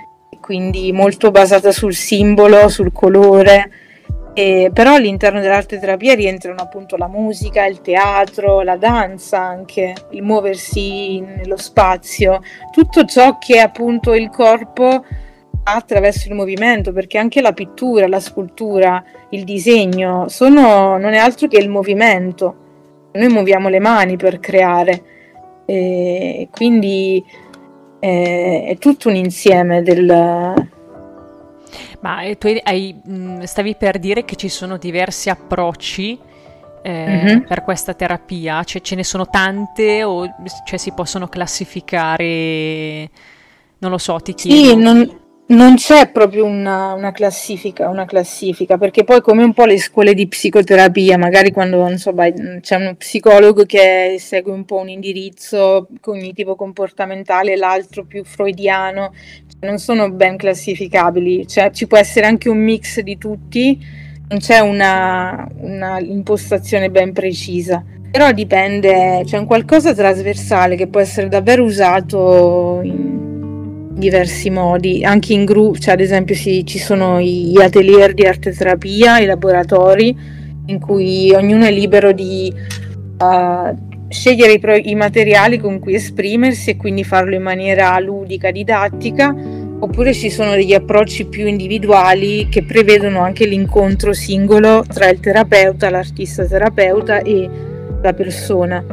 quindi molto basata sul simbolo, sul colore. Eh, però all'interno dell'arte terapia rientrano appunto la musica, il teatro, la danza, anche il muoversi nello spazio, tutto ciò che appunto il corpo ha attraverso il movimento, perché anche la pittura, la scultura, il disegno sono, non è altro che il movimento. Noi muoviamo le mani per creare, eh, quindi eh, è tutto un insieme del... Ma eh, tu hai, mh, stavi per dire che ci sono diversi approcci eh, mm-hmm. per questa terapia, cioè ce ne sono tante o cioè, si possono classificare, non lo so, ti chiedo. Sì, non, non c'è proprio una, una classifica, una classifica, perché poi come un po' le scuole di psicoterapia, magari quando non so, c'è uno psicologo che segue un po' un indirizzo cognitivo-comportamentale e l'altro più freudiano, non sono ben classificabili, cioè ci può essere anche un mix di tutti, non c'è una, una impostazione ben precisa, però dipende, c'è un qualcosa trasversale che può essere davvero usato in diversi modi, anche in gruppo, cioè ad esempio sì, ci sono gli atelier di arte terapia, i laboratori in cui ognuno è libero di uh, scegliere i, pro- i materiali con cui esprimersi e quindi farlo in maniera ludica, didattica, oppure ci sono degli approcci più individuali che prevedono anche l'incontro singolo tra il terapeuta, l'artista terapeuta e la persona.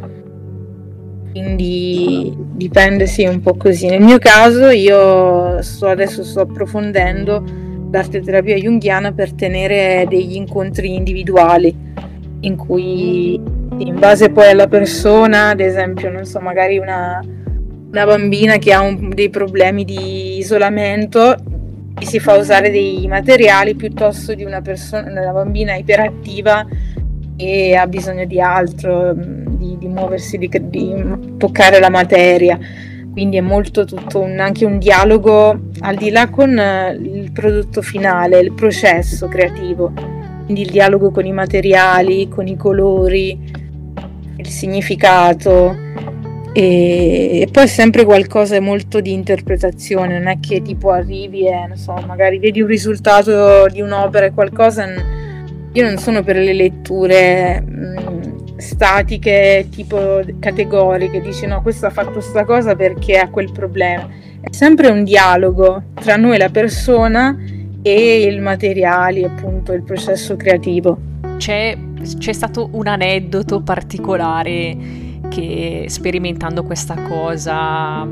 Quindi dipende, sì, un po' così. Nel mio caso io sto adesso sto approfondendo l'arte terapia junghiana per tenere degli incontri individuali in cui in base poi alla persona, ad esempio, non so, magari una, una bambina che ha un, dei problemi di isolamento, si fa usare dei materiali piuttosto di una persona, una bambina iperattiva che ha bisogno di altro, di, di muoversi, di, di toccare la materia. Quindi è molto tutto un, anche un dialogo al di là con il prodotto finale, il processo creativo, quindi il dialogo con i materiali, con i colori, il significato, e, e poi sempre qualcosa molto di interpretazione, non è che tipo arrivi e non so, magari vedi un risultato di un'opera e qualcosa. Io non sono per le letture mh, statiche, tipo categoriche, dici no, questo ha fatto sta cosa perché ha quel problema. È sempre un dialogo tra noi, la persona, e il materiale, appunto il processo creativo. C'è, c'è stato un aneddoto particolare che sperimentando questa cosa,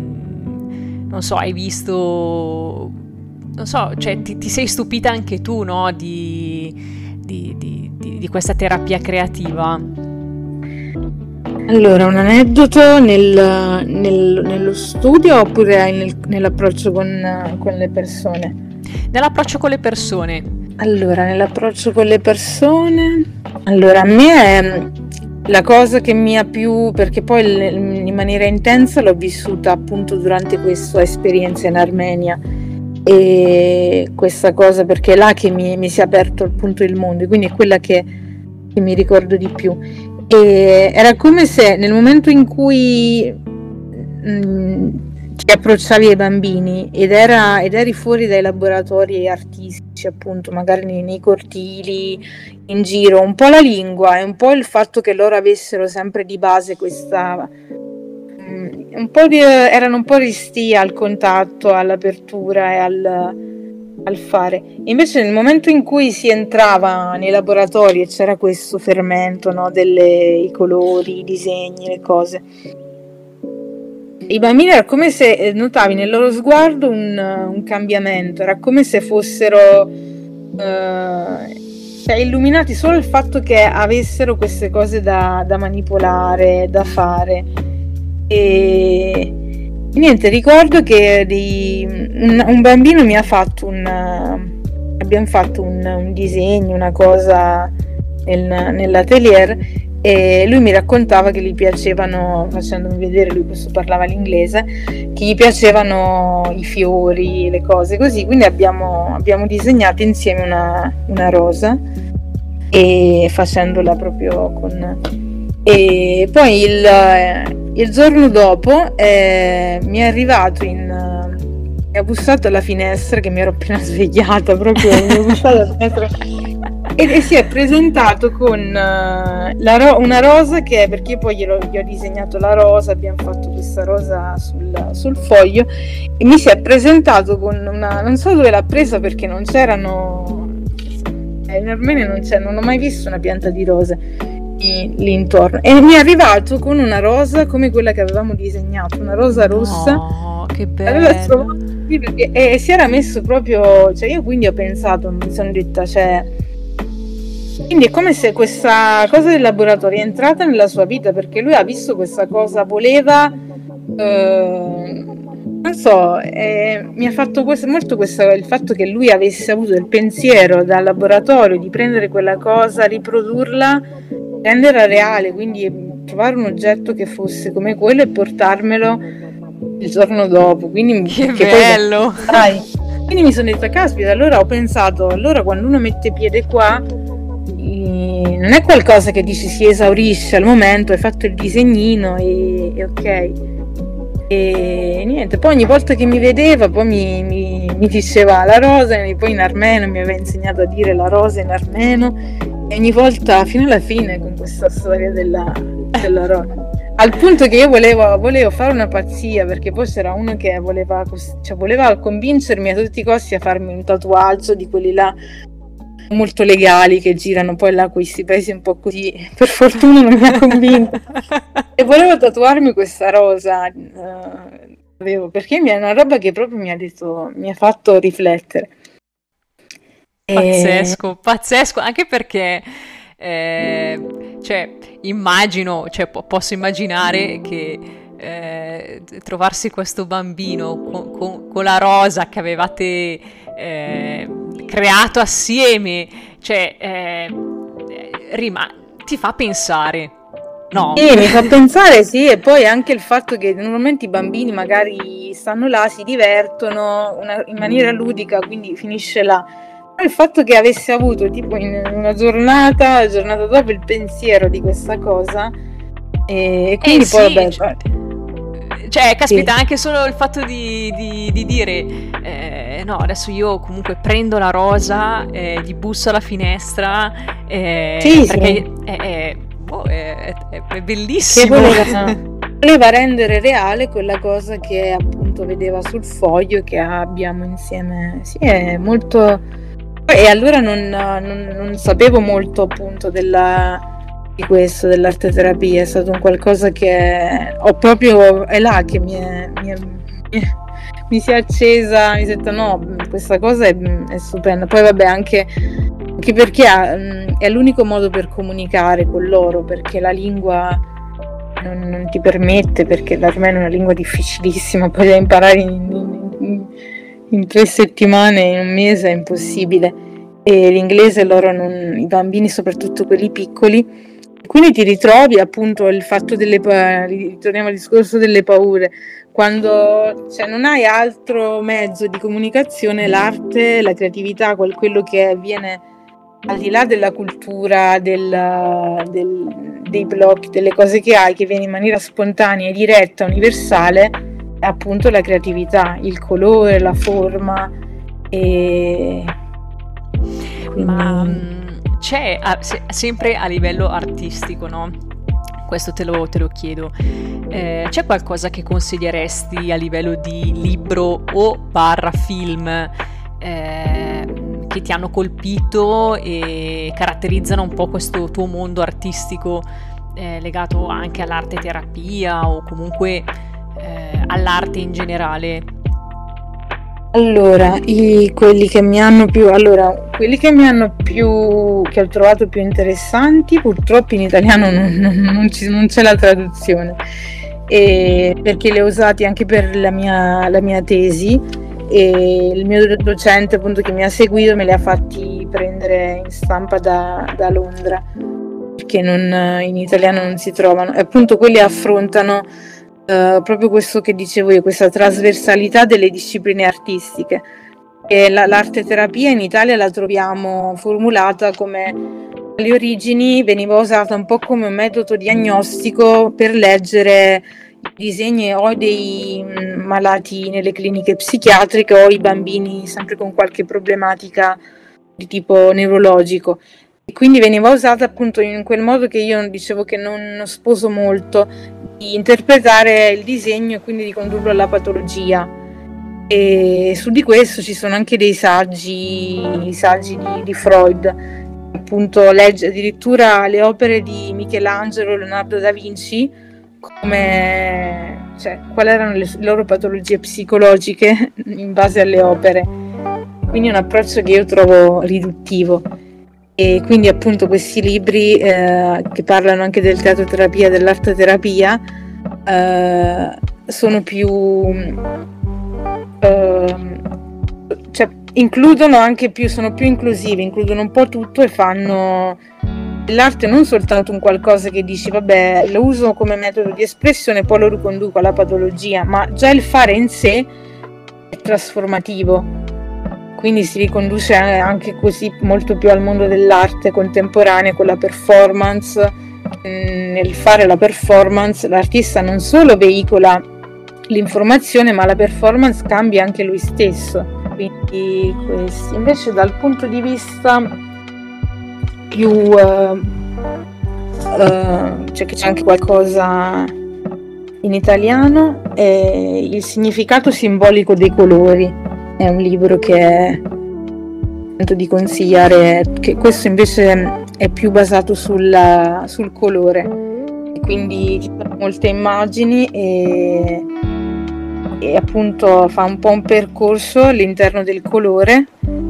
non so, hai visto, non so, cioè ti, ti sei stupita anche tu, no, di, di, di, di, di questa terapia creativa? Allora, un aneddoto nel, nel, nello studio oppure nel, nell'approccio con, con le persone? Nell'approccio con le persone. Allora, nell'approccio con le persone, allora a me è la cosa che mi ha più, perché poi in maniera intensa l'ho vissuta appunto durante questa esperienza in Armenia, e questa cosa perché è là che mi, mi si è aperto appunto il mondo, quindi è quella che, che mi ricordo di più. E era come se nel momento in cui mh, ti approcciavi ai bambini ed, era, ed eri fuori dai laboratori artistici, appunto magari nei, nei cortili, in giro, un po' la lingua e un po' il fatto che loro avessero sempre di base questa mh, un po' di, erano un po' restii al contatto, all'apertura e al, al fare. E invece nel momento in cui si entrava nei laboratori e c'era questo fermento, no, delle, i colori, i disegni, le cose, i bambini era come se notavi nel loro sguardo un, un cambiamento, era come se fossero uh, cioè illuminati solo il fatto che avessero queste cose da, da manipolare, da fare. E niente, ricordo che dei, un, un bambino mi ha fatto un abbiamo fatto un, un disegno, una cosa nel, nell'atelier, e lui mi raccontava che gli piacevano, facendomi vedere, lui questo parlava l'inglese, che gli piacevano i fiori, le cose così, quindi abbiamo, abbiamo disegnato insieme una, una rosa, e facendola proprio con... E poi il, il giorno dopo eh, mi è arrivato in, mi è ha bussato alla finestra, che mi ero appena svegliata, proprio mi ha bussato alla finestra e, e si è presentato con uh, la ro- una rosa che è, perché poi glielo, gli ho disegnato la rosa, abbiamo fatto questa rosa sul, sul foglio, e mi si è presentato con una, non so dove l'ha presa perché non c'erano, eh, in Armenia non c'è, non ho mai visto una pianta di rose lì intorno, e mi è arrivato con una rosa come quella che avevamo disegnato, una rosa rossa. Oh, che Aveva bello. trovato, e, e si era messo proprio, cioè io quindi ho pensato, mi sono detta, cioè, quindi è come se questa cosa del laboratorio è entrata nella sua vita, perché lui ha visto questa cosa, voleva, eh, non so, eh, mi ha fatto questo, molto questo, il fatto che lui avesse avuto il pensiero dal laboratorio di prendere quella cosa, riprodurla, renderla reale, quindi trovare un oggetto che fosse come quello e portarmelo il giorno dopo, quindi Che che bello. Poi, dai, quindi mi sono detta, caspita, allora ho pensato, allora quando uno mette piede qua, eh, non è qualcosa che dici si esaurisce al momento, hai fatto il disegnino e, e ok, e niente, poi ogni volta che mi vedeva poi mi, mi, mi diceva la rosa, e poi in armeno mi aveva insegnato a dire la rosa in armeno, e ogni volta fino alla fine con questa storia della, della rosa, al punto che io volevo, volevo fare una pazzia, perché poi c'era uno che voleva, cioè, voleva convincermi a tutti i costi a farmi un tatuaggio di quelli là molto legali che girano poi là questi paesi un po' così, per fortuna non mi ha convinto e volevo tatuarmi questa rosa, uh, avevo, perché è una roba che proprio mi ha detto, mi ha fatto riflettere. Pazzesco, pazzesco, anche perché eh, cioè, immagino, cioè, po- posso immaginare che eh, trovarsi questo bambino con, con- con la rosa che avevate eh, creato assieme, cioè, eh, rima- ti fa pensare, no? Sì, mi fa pensare, sì, e poi anche il fatto che normalmente i bambini magari stanno là, si divertono una- in maniera ludica, quindi finisce là. Il fatto che avesse avuto tipo in una giornata, la giornata dopo, il pensiero di questa cosa, e quindi Eh poi sì, vabbè, cioè, cioè, caspita, sì. anche solo il fatto di, di- di dire eh, no, adesso io comunque prendo la rosa, eh, gli busso alla finestra, eh, Sì, perché sì. è, è- boh, è- è- è Che bellissimo. voleva, voleva rendere reale quella cosa che appunto vedeva sul foglio che abbiamo insieme. Sì, è molto. E allora non, non- non sapevo molto appunto della, di questo, dell'arte terapia, è stato un qualcosa che ho proprio, è là che mi, è, mi, è- mi, è- mi si è accesa, mi sono detto no, questa cosa è, è stupenda. Poi vabbè anche, anche perché ha- è l'unico modo per comunicare con loro, perché la lingua non, non ti permette, perché l'armeno è una lingua difficilissima, poi da imparare in, in- in- in tre settimane, in un mese è impossibile, e l'inglese loro non, i bambini, soprattutto quelli piccoli, quindi ti ritrovi appunto il fatto delle pa- ritorniamo al discorso delle paure, quando cioè, non hai altro mezzo di comunicazione, l'arte, la creatività, quel- quello che viene al di là della cultura, del, del- dei blocchi, delle cose che hai, che viene in maniera spontanea, diretta, universale, è appunto la creatività, il colore, la forma, e quindi. Ma mh, c'è a- se- sempre a livello artistico, no? Questo te lo, te lo chiedo. Eh, c'è qualcosa che consiglieresti a livello di libro o barra film eh, che ti hanno colpito e caratterizzano un po' questo tuo mondo artistico eh, legato anche all'arte terapia o comunque eh, all'arte in generale? Allora, i, quelli che mi hanno più, allora, quelli che mi hanno più, che ho trovato più interessanti, purtroppo in italiano non, non- non ci- non c'è la traduzione, e perché li ho usati anche per la mia, la mia tesi, e il mio docente appunto che mi ha seguito me li ha fatti prendere in stampa da, da Londra, perché non, in italiano non si trovano, e appunto quelli affrontano Uh, proprio questo che dicevo io, questa trasversalità delle discipline artistiche. E la, l'arte terapia in Italia la troviamo formulata come, alle origini veniva usata un po' come un metodo diagnostico per leggere disegni o dei mh, malati nelle cliniche psichiatriche o i bambini sempre con qualche problematica di tipo neurologico. E quindi veniva usata appunto in quel modo che io dicevo che non sposo molto, di interpretare il disegno e quindi di condurlo alla patologia. E su di questo ci sono anche dei saggi, i saggi di, di Freud, appunto legge addirittura le opere di Michelangelo, Leonardo da Vinci, come, cioè, quali erano le loro patologie psicologiche in base alle opere. Quindi è un approccio che io trovo riduttivo. E quindi appunto questi libri eh, che parlano anche del teatroterapia, dell'arteterapia, eh, sono più eh, cioè includono anche più, sono più inclusivi, includono un po' tutto e fanno l'arte non soltanto un qualcosa che dici vabbè lo uso come metodo di espressione poi lo riconduco alla patologia, ma già il fare in sé è trasformativo. Quindi si riconduce anche così molto più al mondo dell'arte contemporanea con la performance. Nel fare la performance l'artista non solo veicola l'informazione, ma la performance cambia anche lui stesso. Quindi questi. Invece dal punto di vista più uh, uh, cioè che c'è anche qualcosa in italiano, è il significato simbolico dei colori. È un libro che sento di consigliare, che questo invece è più basato sul, sul colore, e quindi ci sono molte immagini e, e appunto fa un po' un percorso all'interno del colore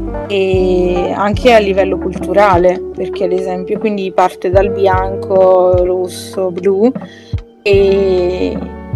e anche a livello culturale, perché ad esempio quindi parte dal bianco, rosso, blu e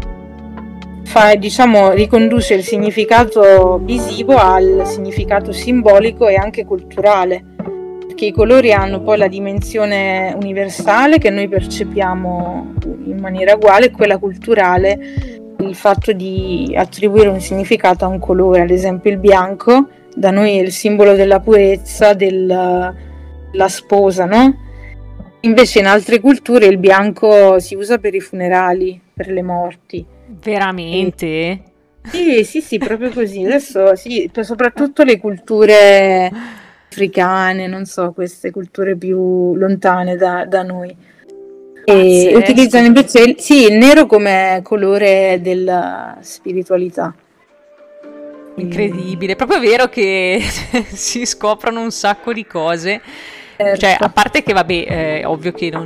fa, diciamo, riconduce il significato visivo al significato simbolico e anche culturale, perché i colori hanno poi la dimensione universale che noi percepiamo in maniera uguale e quella culturale, il fatto di attribuire un significato a un colore. Ad esempio il bianco da noi è il simbolo della purezza, della sposa, no? Invece in altre culture il bianco si usa per i funerali, per le morti. Veramente? Sì, sì, sì, proprio così. Adesso sì, soprattutto le culture africane, non so, queste culture più lontane da, da noi. E Pazzesco. utilizzano invece il, sì, il nero come colore della spiritualità. Incredibile, è proprio vero che si scoprono un sacco di cose. Certo. Cioè, a parte che vabbè, è ovvio che non,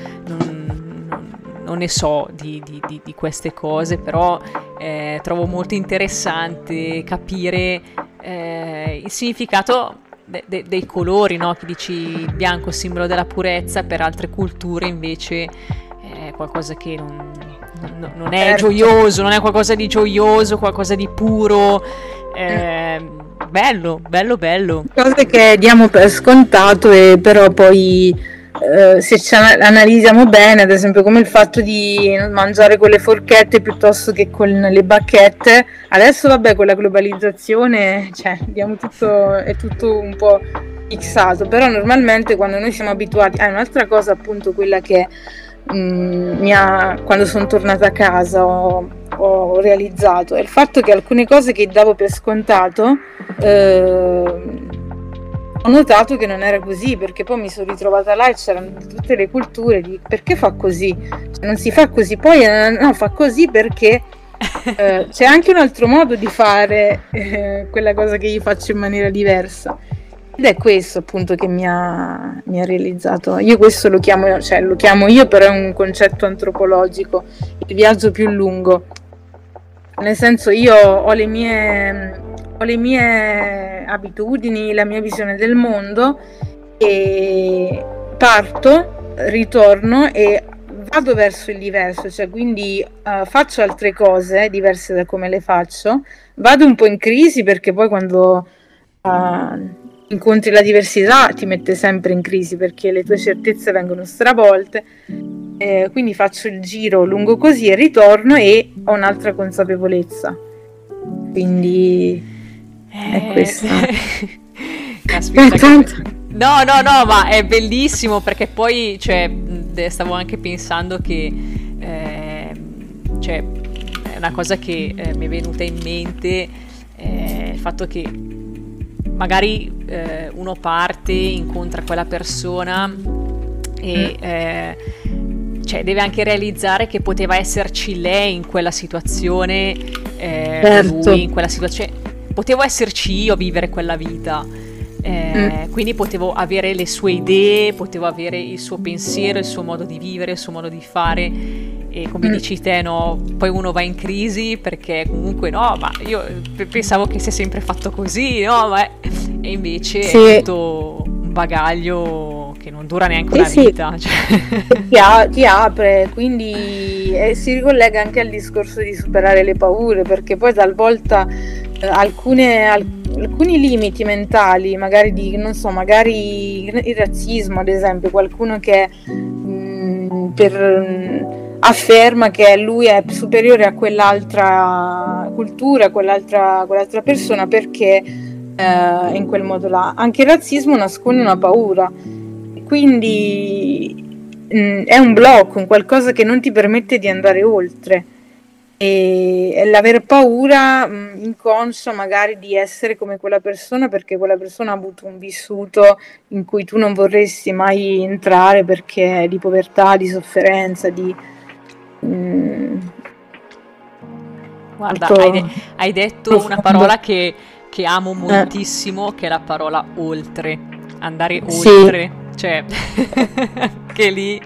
non, non ne so di, di, di, di queste cose, però eh, trovo molto interessante capire eh, il significato de, de, dei colori, no? Che dici il bianco simbolo della purezza, per altre culture invece è qualcosa che non, non, non è certo. gioioso, non è qualcosa di gioioso, qualcosa di puro. Eh, bello, bello, bello. Cose che diamo per scontato e però poi eh, se ci analizziamo bene, ad esempio come il fatto di mangiare con le forchette piuttosto che con le bacchette, adesso vabbè con la globalizzazione cioè, diamo tutto, è tutto un po' fissato, però normalmente quando noi siamo abituati, ah, un'altra cosa appunto quella che mh, mi ha, quando sono tornata a casa ho ho realizzato è il fatto che alcune cose che davo per scontato eh, ho notato che non era così, perché poi mi sono ritrovata là e c'erano tutte le culture di perché fa così, cioè, non si fa così, poi eh, no, fa così perché eh, c'è anche un altro modo di fare eh, quella cosa che io faccio in maniera diversa, ed è questo appunto che mi ha, mi ha realizzato. Io questo lo chiamo, cioè lo chiamo io, però è un concetto antropologico, il viaggio più lungo. Nel senso, io ho le mie, ho le mie abitudini, la mia visione del mondo e parto, ritorno e vado verso il diverso, cioè quindi uh, faccio altre cose diverse da come le faccio, vado un po' in crisi perché poi quando uh, incontri la diversità ti mette sempre in crisi perché le tue certezze vengono stravolte. Eh, quindi faccio il giro lungo così e ritorno e ho un'altra consapevolezza, quindi eh, è questo. Caspita, che... no no no ma è bellissimo perché poi cioè stavo anche pensando che eh, cioè è una cosa che eh, mi è venuta in mente, eh, il fatto che magari eh, uno parte, incontra quella persona e eh, cioè deve anche realizzare che poteva esserci lei in quella situazione, eh, Certo. lui in quella situazione, potevo esserci io a vivere quella vita, eh, Mm. quindi potevo avere le sue idee, potevo avere il suo pensiero, il suo modo di vivere, il suo modo di fare, e come Mm. dici te, no, poi uno va in crisi perché comunque no, ma io pe- pensavo che sia sempre fatto così, no, ma è- e invece Sì. è tutto un bagaglio che non dura neanche Sì, una sì. vita, cioè. ti, a- ti apre, quindi eh, si ricollega anche al discorso di superare le paure, perché poi talvolta eh, alcune, al- alcuni limiti mentali, magari di, non so, magari il razzismo, ad esempio, qualcuno che mh, per, mh, afferma che lui è superiore a quell'altra cultura, a quell'altra, quell'altra persona perché eh, in quel modo là. Anche il razzismo nasconde una paura, quindi mh, è un blocco, un qualcosa che non ti permette di andare oltre. E, e l'aver paura mh, inconscia magari di essere come quella persona perché quella persona ha avuto un vissuto in cui tu non vorresti mai entrare perché di povertà, di sofferenza, di mh, Guarda, molto hai, de- hai detto una profondo. parola che, che amo Eh, moltissimo, che è la parola oltre, andare sì, oltre, cioè che lì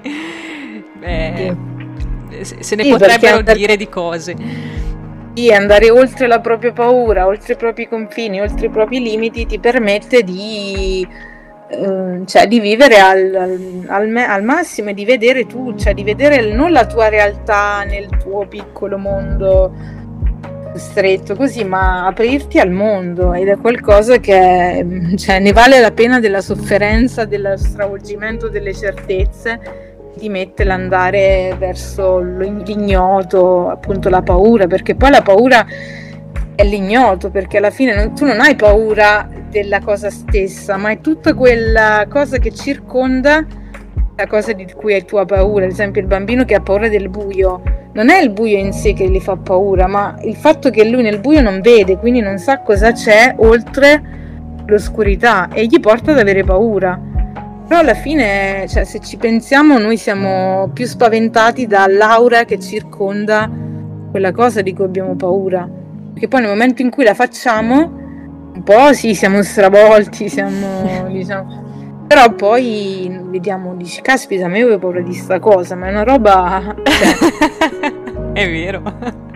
eh, se se ne sì, perché potrebbero andare, dire di cose. sì, andare oltre la propria paura, oltre i propri confini, oltre i propri limiti ti permette di, eh, cioè, di vivere al, al- al me- al massimo e di vedere tu, cioè di vedere il- non la tua realtà nel tuo piccolo mondo stretto così, ma aprirti al mondo, ed è qualcosa che mm, cioè, ne vale la pena della sofferenza, dello stravolgimento delle certezze, ti mette l'andare verso lo- l'ignoto, appunto la paura, perché poi la paura è l'ignoto, perché alla fine non- tu non hai paura della cosa stessa, ma è tutta quella cosa che circonda la cosa di cui hai tu hai paura. Ad esempio il bambino che ha paura del buio, non è il buio in sé che gli fa paura, ma il fatto che lui nel buio non vede, quindi non sa cosa c'è oltre l'oscurità, e gli porta ad avere paura. Però alla fine, cioè, se ci pensiamo, noi siamo più spaventati dall'aura che circonda quella cosa di cui abbiamo paura, perché poi nel momento in cui la facciamo un po' sì, siamo stravolti, siamo diciamo, però poi vediamo, dici, caspita, ma io avevo paura di sta cosa, ma è una roba, cioè, È vero,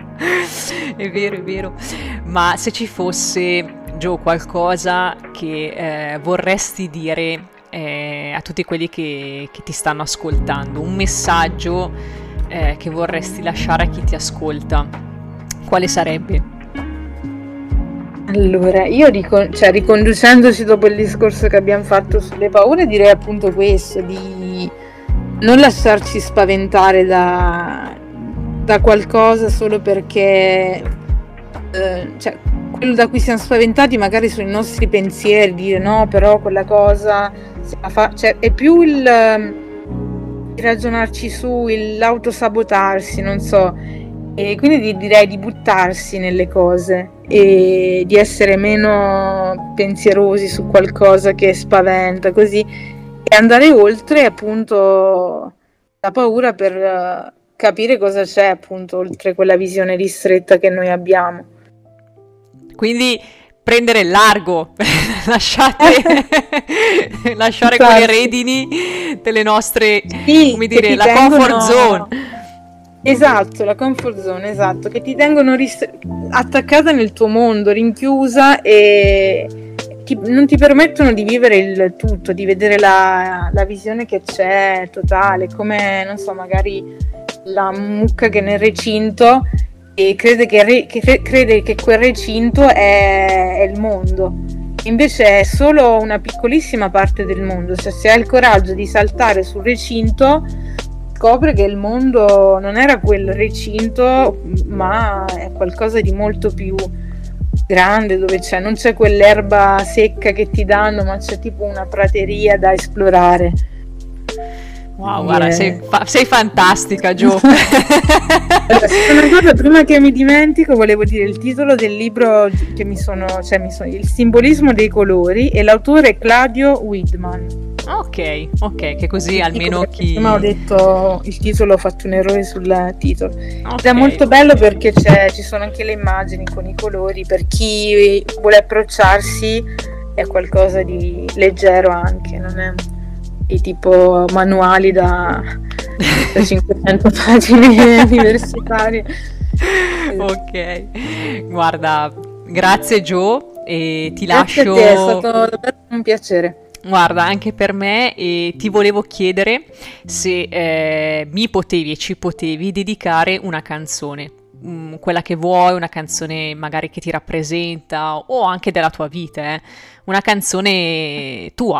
è vero, è vero. Ma se ci fosse, Gio, qualcosa che eh, vorresti dire eh, a tutti quelli che, che ti stanno ascoltando, un messaggio eh, che vorresti lasciare a chi ti ascolta, quale sarebbe? allora, io ricon- cioè, riconducendoci dopo il discorso che abbiamo fatto sulle paure, direi appunto questo, di non lasciarci spaventare da, da qualcosa solo perché eh, cioè, quello da cui siamo spaventati magari sono i nostri pensieri, dire no, però quella cosa se la fa- cioè, è più il, ehm, il ragionarci su, il- l'autosabotarsi, non so, e quindi di- direi di buttarsi nelle cose e di essere meno pensierosi su qualcosa che spaventa, così, e andare oltre appunto la paura per eh, capire cosa c'è appunto oltre quella visione ristretta che noi abbiamo. Quindi prendere il largo, lasciate, lasciare quelle Buttarsi. redini delle nostre, Sì, come che dire, ti la comfort tengono- zone. Esatto, la comfort zone, esatto, che ti tengono ris- attaccata nel tuo mondo, rinchiusa, e ti- non ti permettono di vivere il tutto, di vedere la, la visione che c'è totale, come, non so, magari la mucca che è nel recinto e crede che, re- che cre- crede che quel recinto è, è il mondo. Invece è solo una piccolissima parte del mondo, cioè se hai il coraggio di saltare sul recinto scopre che il mondo non era quel recinto, ma è qualcosa di molto più grande, dove c'è, non c'è quell'erba secca che ti danno, ma c'è tipo una prateria da esplorare. Wow, guarda, sei, fa- sei fantastica, Gio. Una cosa, prima che mi dimentico, volevo dire il titolo del libro che mi sono, cioè mi sono, Il simbolismo dei colori, e l'autore è Claudio Widman. Ok, ok, che così almeno chi... Prima ho detto il titolo, ho fatto un errore sul titolo. Okay. Ed è molto bello perché c'è, ci sono anche le immagini con i colori, per chi vuole approcciarsi è qualcosa di leggero anche, non è di tipo manuali da, da cinquecento pagine universitarie. Ok, guarda, grazie Gio, e ti Grazie lascio... a te, è stato davvero un piacere. Guarda, anche per me, e ti volevo chiedere se eh, mi potevi e ci potevi dedicare una canzone, mm, quella che vuoi, una canzone magari che ti rappresenta o anche della tua vita, eh? Una canzone tua.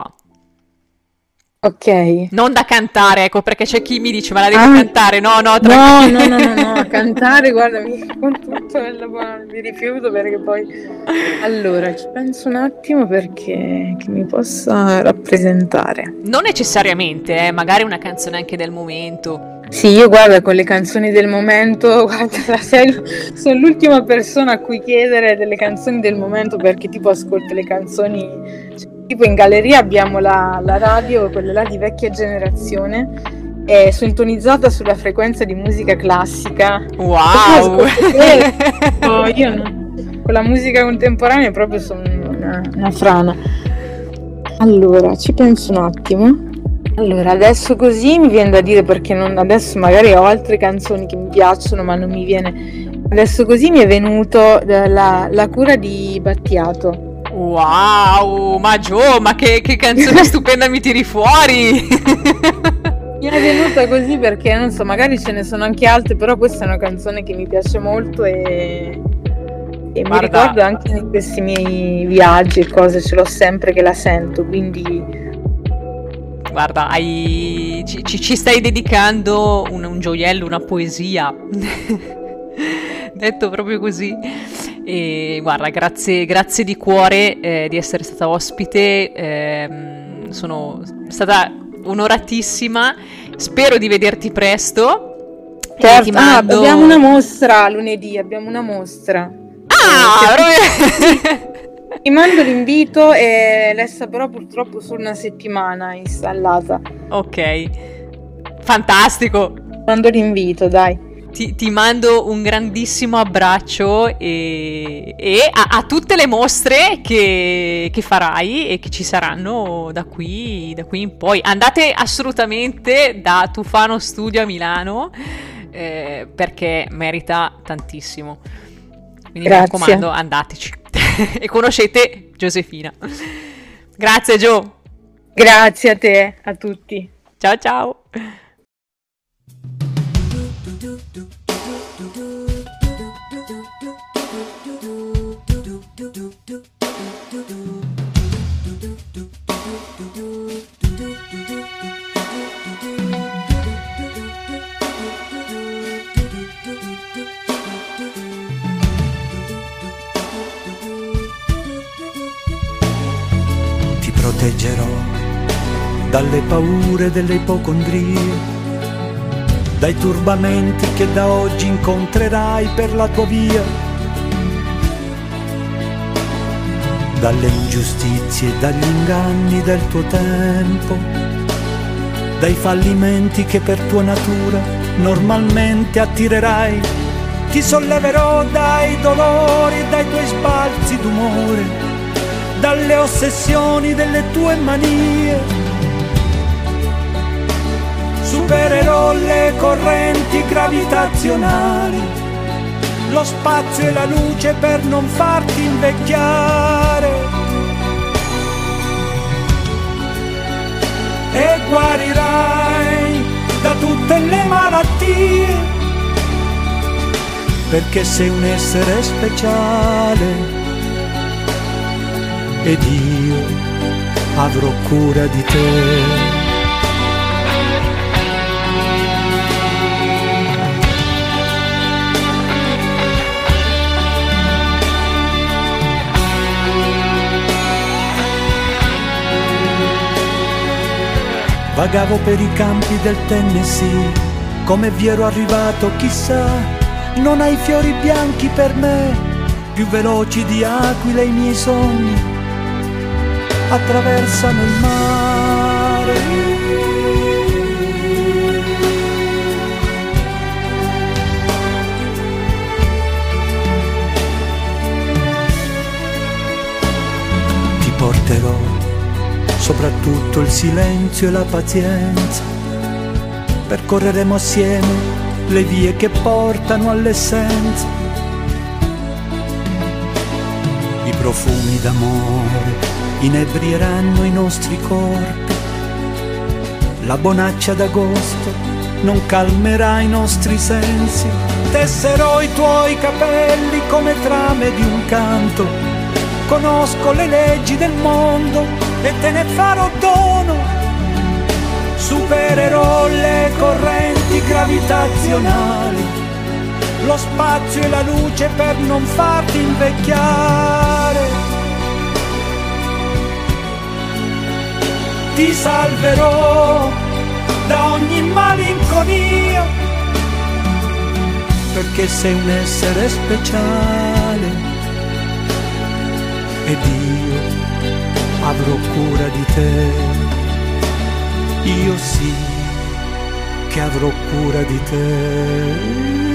Ok. Non da cantare, ecco, perché c'è chi mi dice ma la devo Ah, cantare, no, no, no, tranquillo. no, no, no, no, cantare, guarda, mi, con tutto il lavoro mi rifiuto perché poi... Allora, ci penso un attimo perché che mi possa rappresentare. Non necessariamente, eh, magari una canzone anche del momento. Sì, io guarda, con le canzoni del momento, guarda, la sei- sono l'ultima persona a cui chiedere delle canzoni del momento perché tipo ascolto le canzoni, cioè, tipo in galleria abbiamo la, la radio, quella là di vecchia generazione, è sintonizzata sulla frequenza di musica classica. Wow! No, io no. Con la musica contemporanea proprio sono una, una frana. Allora, ci penso un attimo. Allora, adesso così mi viene da dire, perché non, adesso magari ho altre canzoni che mi piacciono, ma non mi viene. Adesso così mi è venuto la, la cura di Battiato. Wow, ma Gio, ma che, che canzone stupenda mi tiri fuori! Mi è venuta così perché, non so, magari ce ne sono anche altre, però questa è una canzone che mi piace molto e, e mi ricordo anche in questi miei viaggi e cose, ce l'ho sempre che la sento, quindi... Guarda, hai, ci, ci stai dedicando un, un gioiello, una poesia, detto proprio così. E guarda, grazie, grazie di cuore eh, di essere stata ospite, eh, sono stata onoratissima, spero di vederti presto. Certo, ti mando... ah, abbiamo una mostra lunedì, abbiamo una mostra. Ah, proprio... Ti mando l'invito e resta però purtroppo solo una settimana installata. Ok, fantastico. Mando l'invito, dai. Ti, ti mando un grandissimo abbraccio e, e a, a tutte le mostre che, che farai e che ci saranno da qui, da qui in poi. Andate assolutamente da Tufano Studio a Milano eh, perché merita tantissimo. Quindi Grazie. mi raccomando, andateci e conoscete Giosefina. Grazie Gio. Grazie a te, a tutti. Ciao ciao. Ti proteggerò dalle paure delle ipocondrie, dai turbamenti che da oggi incontrerai per la tua via, dalle ingiustizie e dagli inganni del tuo tempo, dai fallimenti che per tua natura normalmente attirerai. Ti solleverò dai dolori e dai tuoi sbalzi d'umore, dalle ossessioni delle tue manie. Supererò le correnti gravitazionali, lo spazio e la luce per non farti invecchiare. E guarirai da tutte le malattie, perché sei un essere speciale ed io avrò cura di te. Va vagavo per i campi del Tennessee, come vi ero arrivato chissà, non hai fiori bianchi per me, più veloci di aquile i miei sogni, attraversano il mare. Porterò soprattutto il silenzio e la pazienza, percorreremo assieme le vie che portano all'essenza, i profumi d'amore inebrieranno i nostri corpi, la bonaccia d'agosto non calmerà i nostri sensi, tesserò i tuoi capelli come trame di un canto, conosco le leggi del mondo e te ne farò dono, supererò le correnti gravitazionali, lo spazio e la luce per non farti invecchiare. Ti salverò da ogni malinconia, perché sei un essere speciale. Ed io avrò cura di te, io sì che avrò cura di te.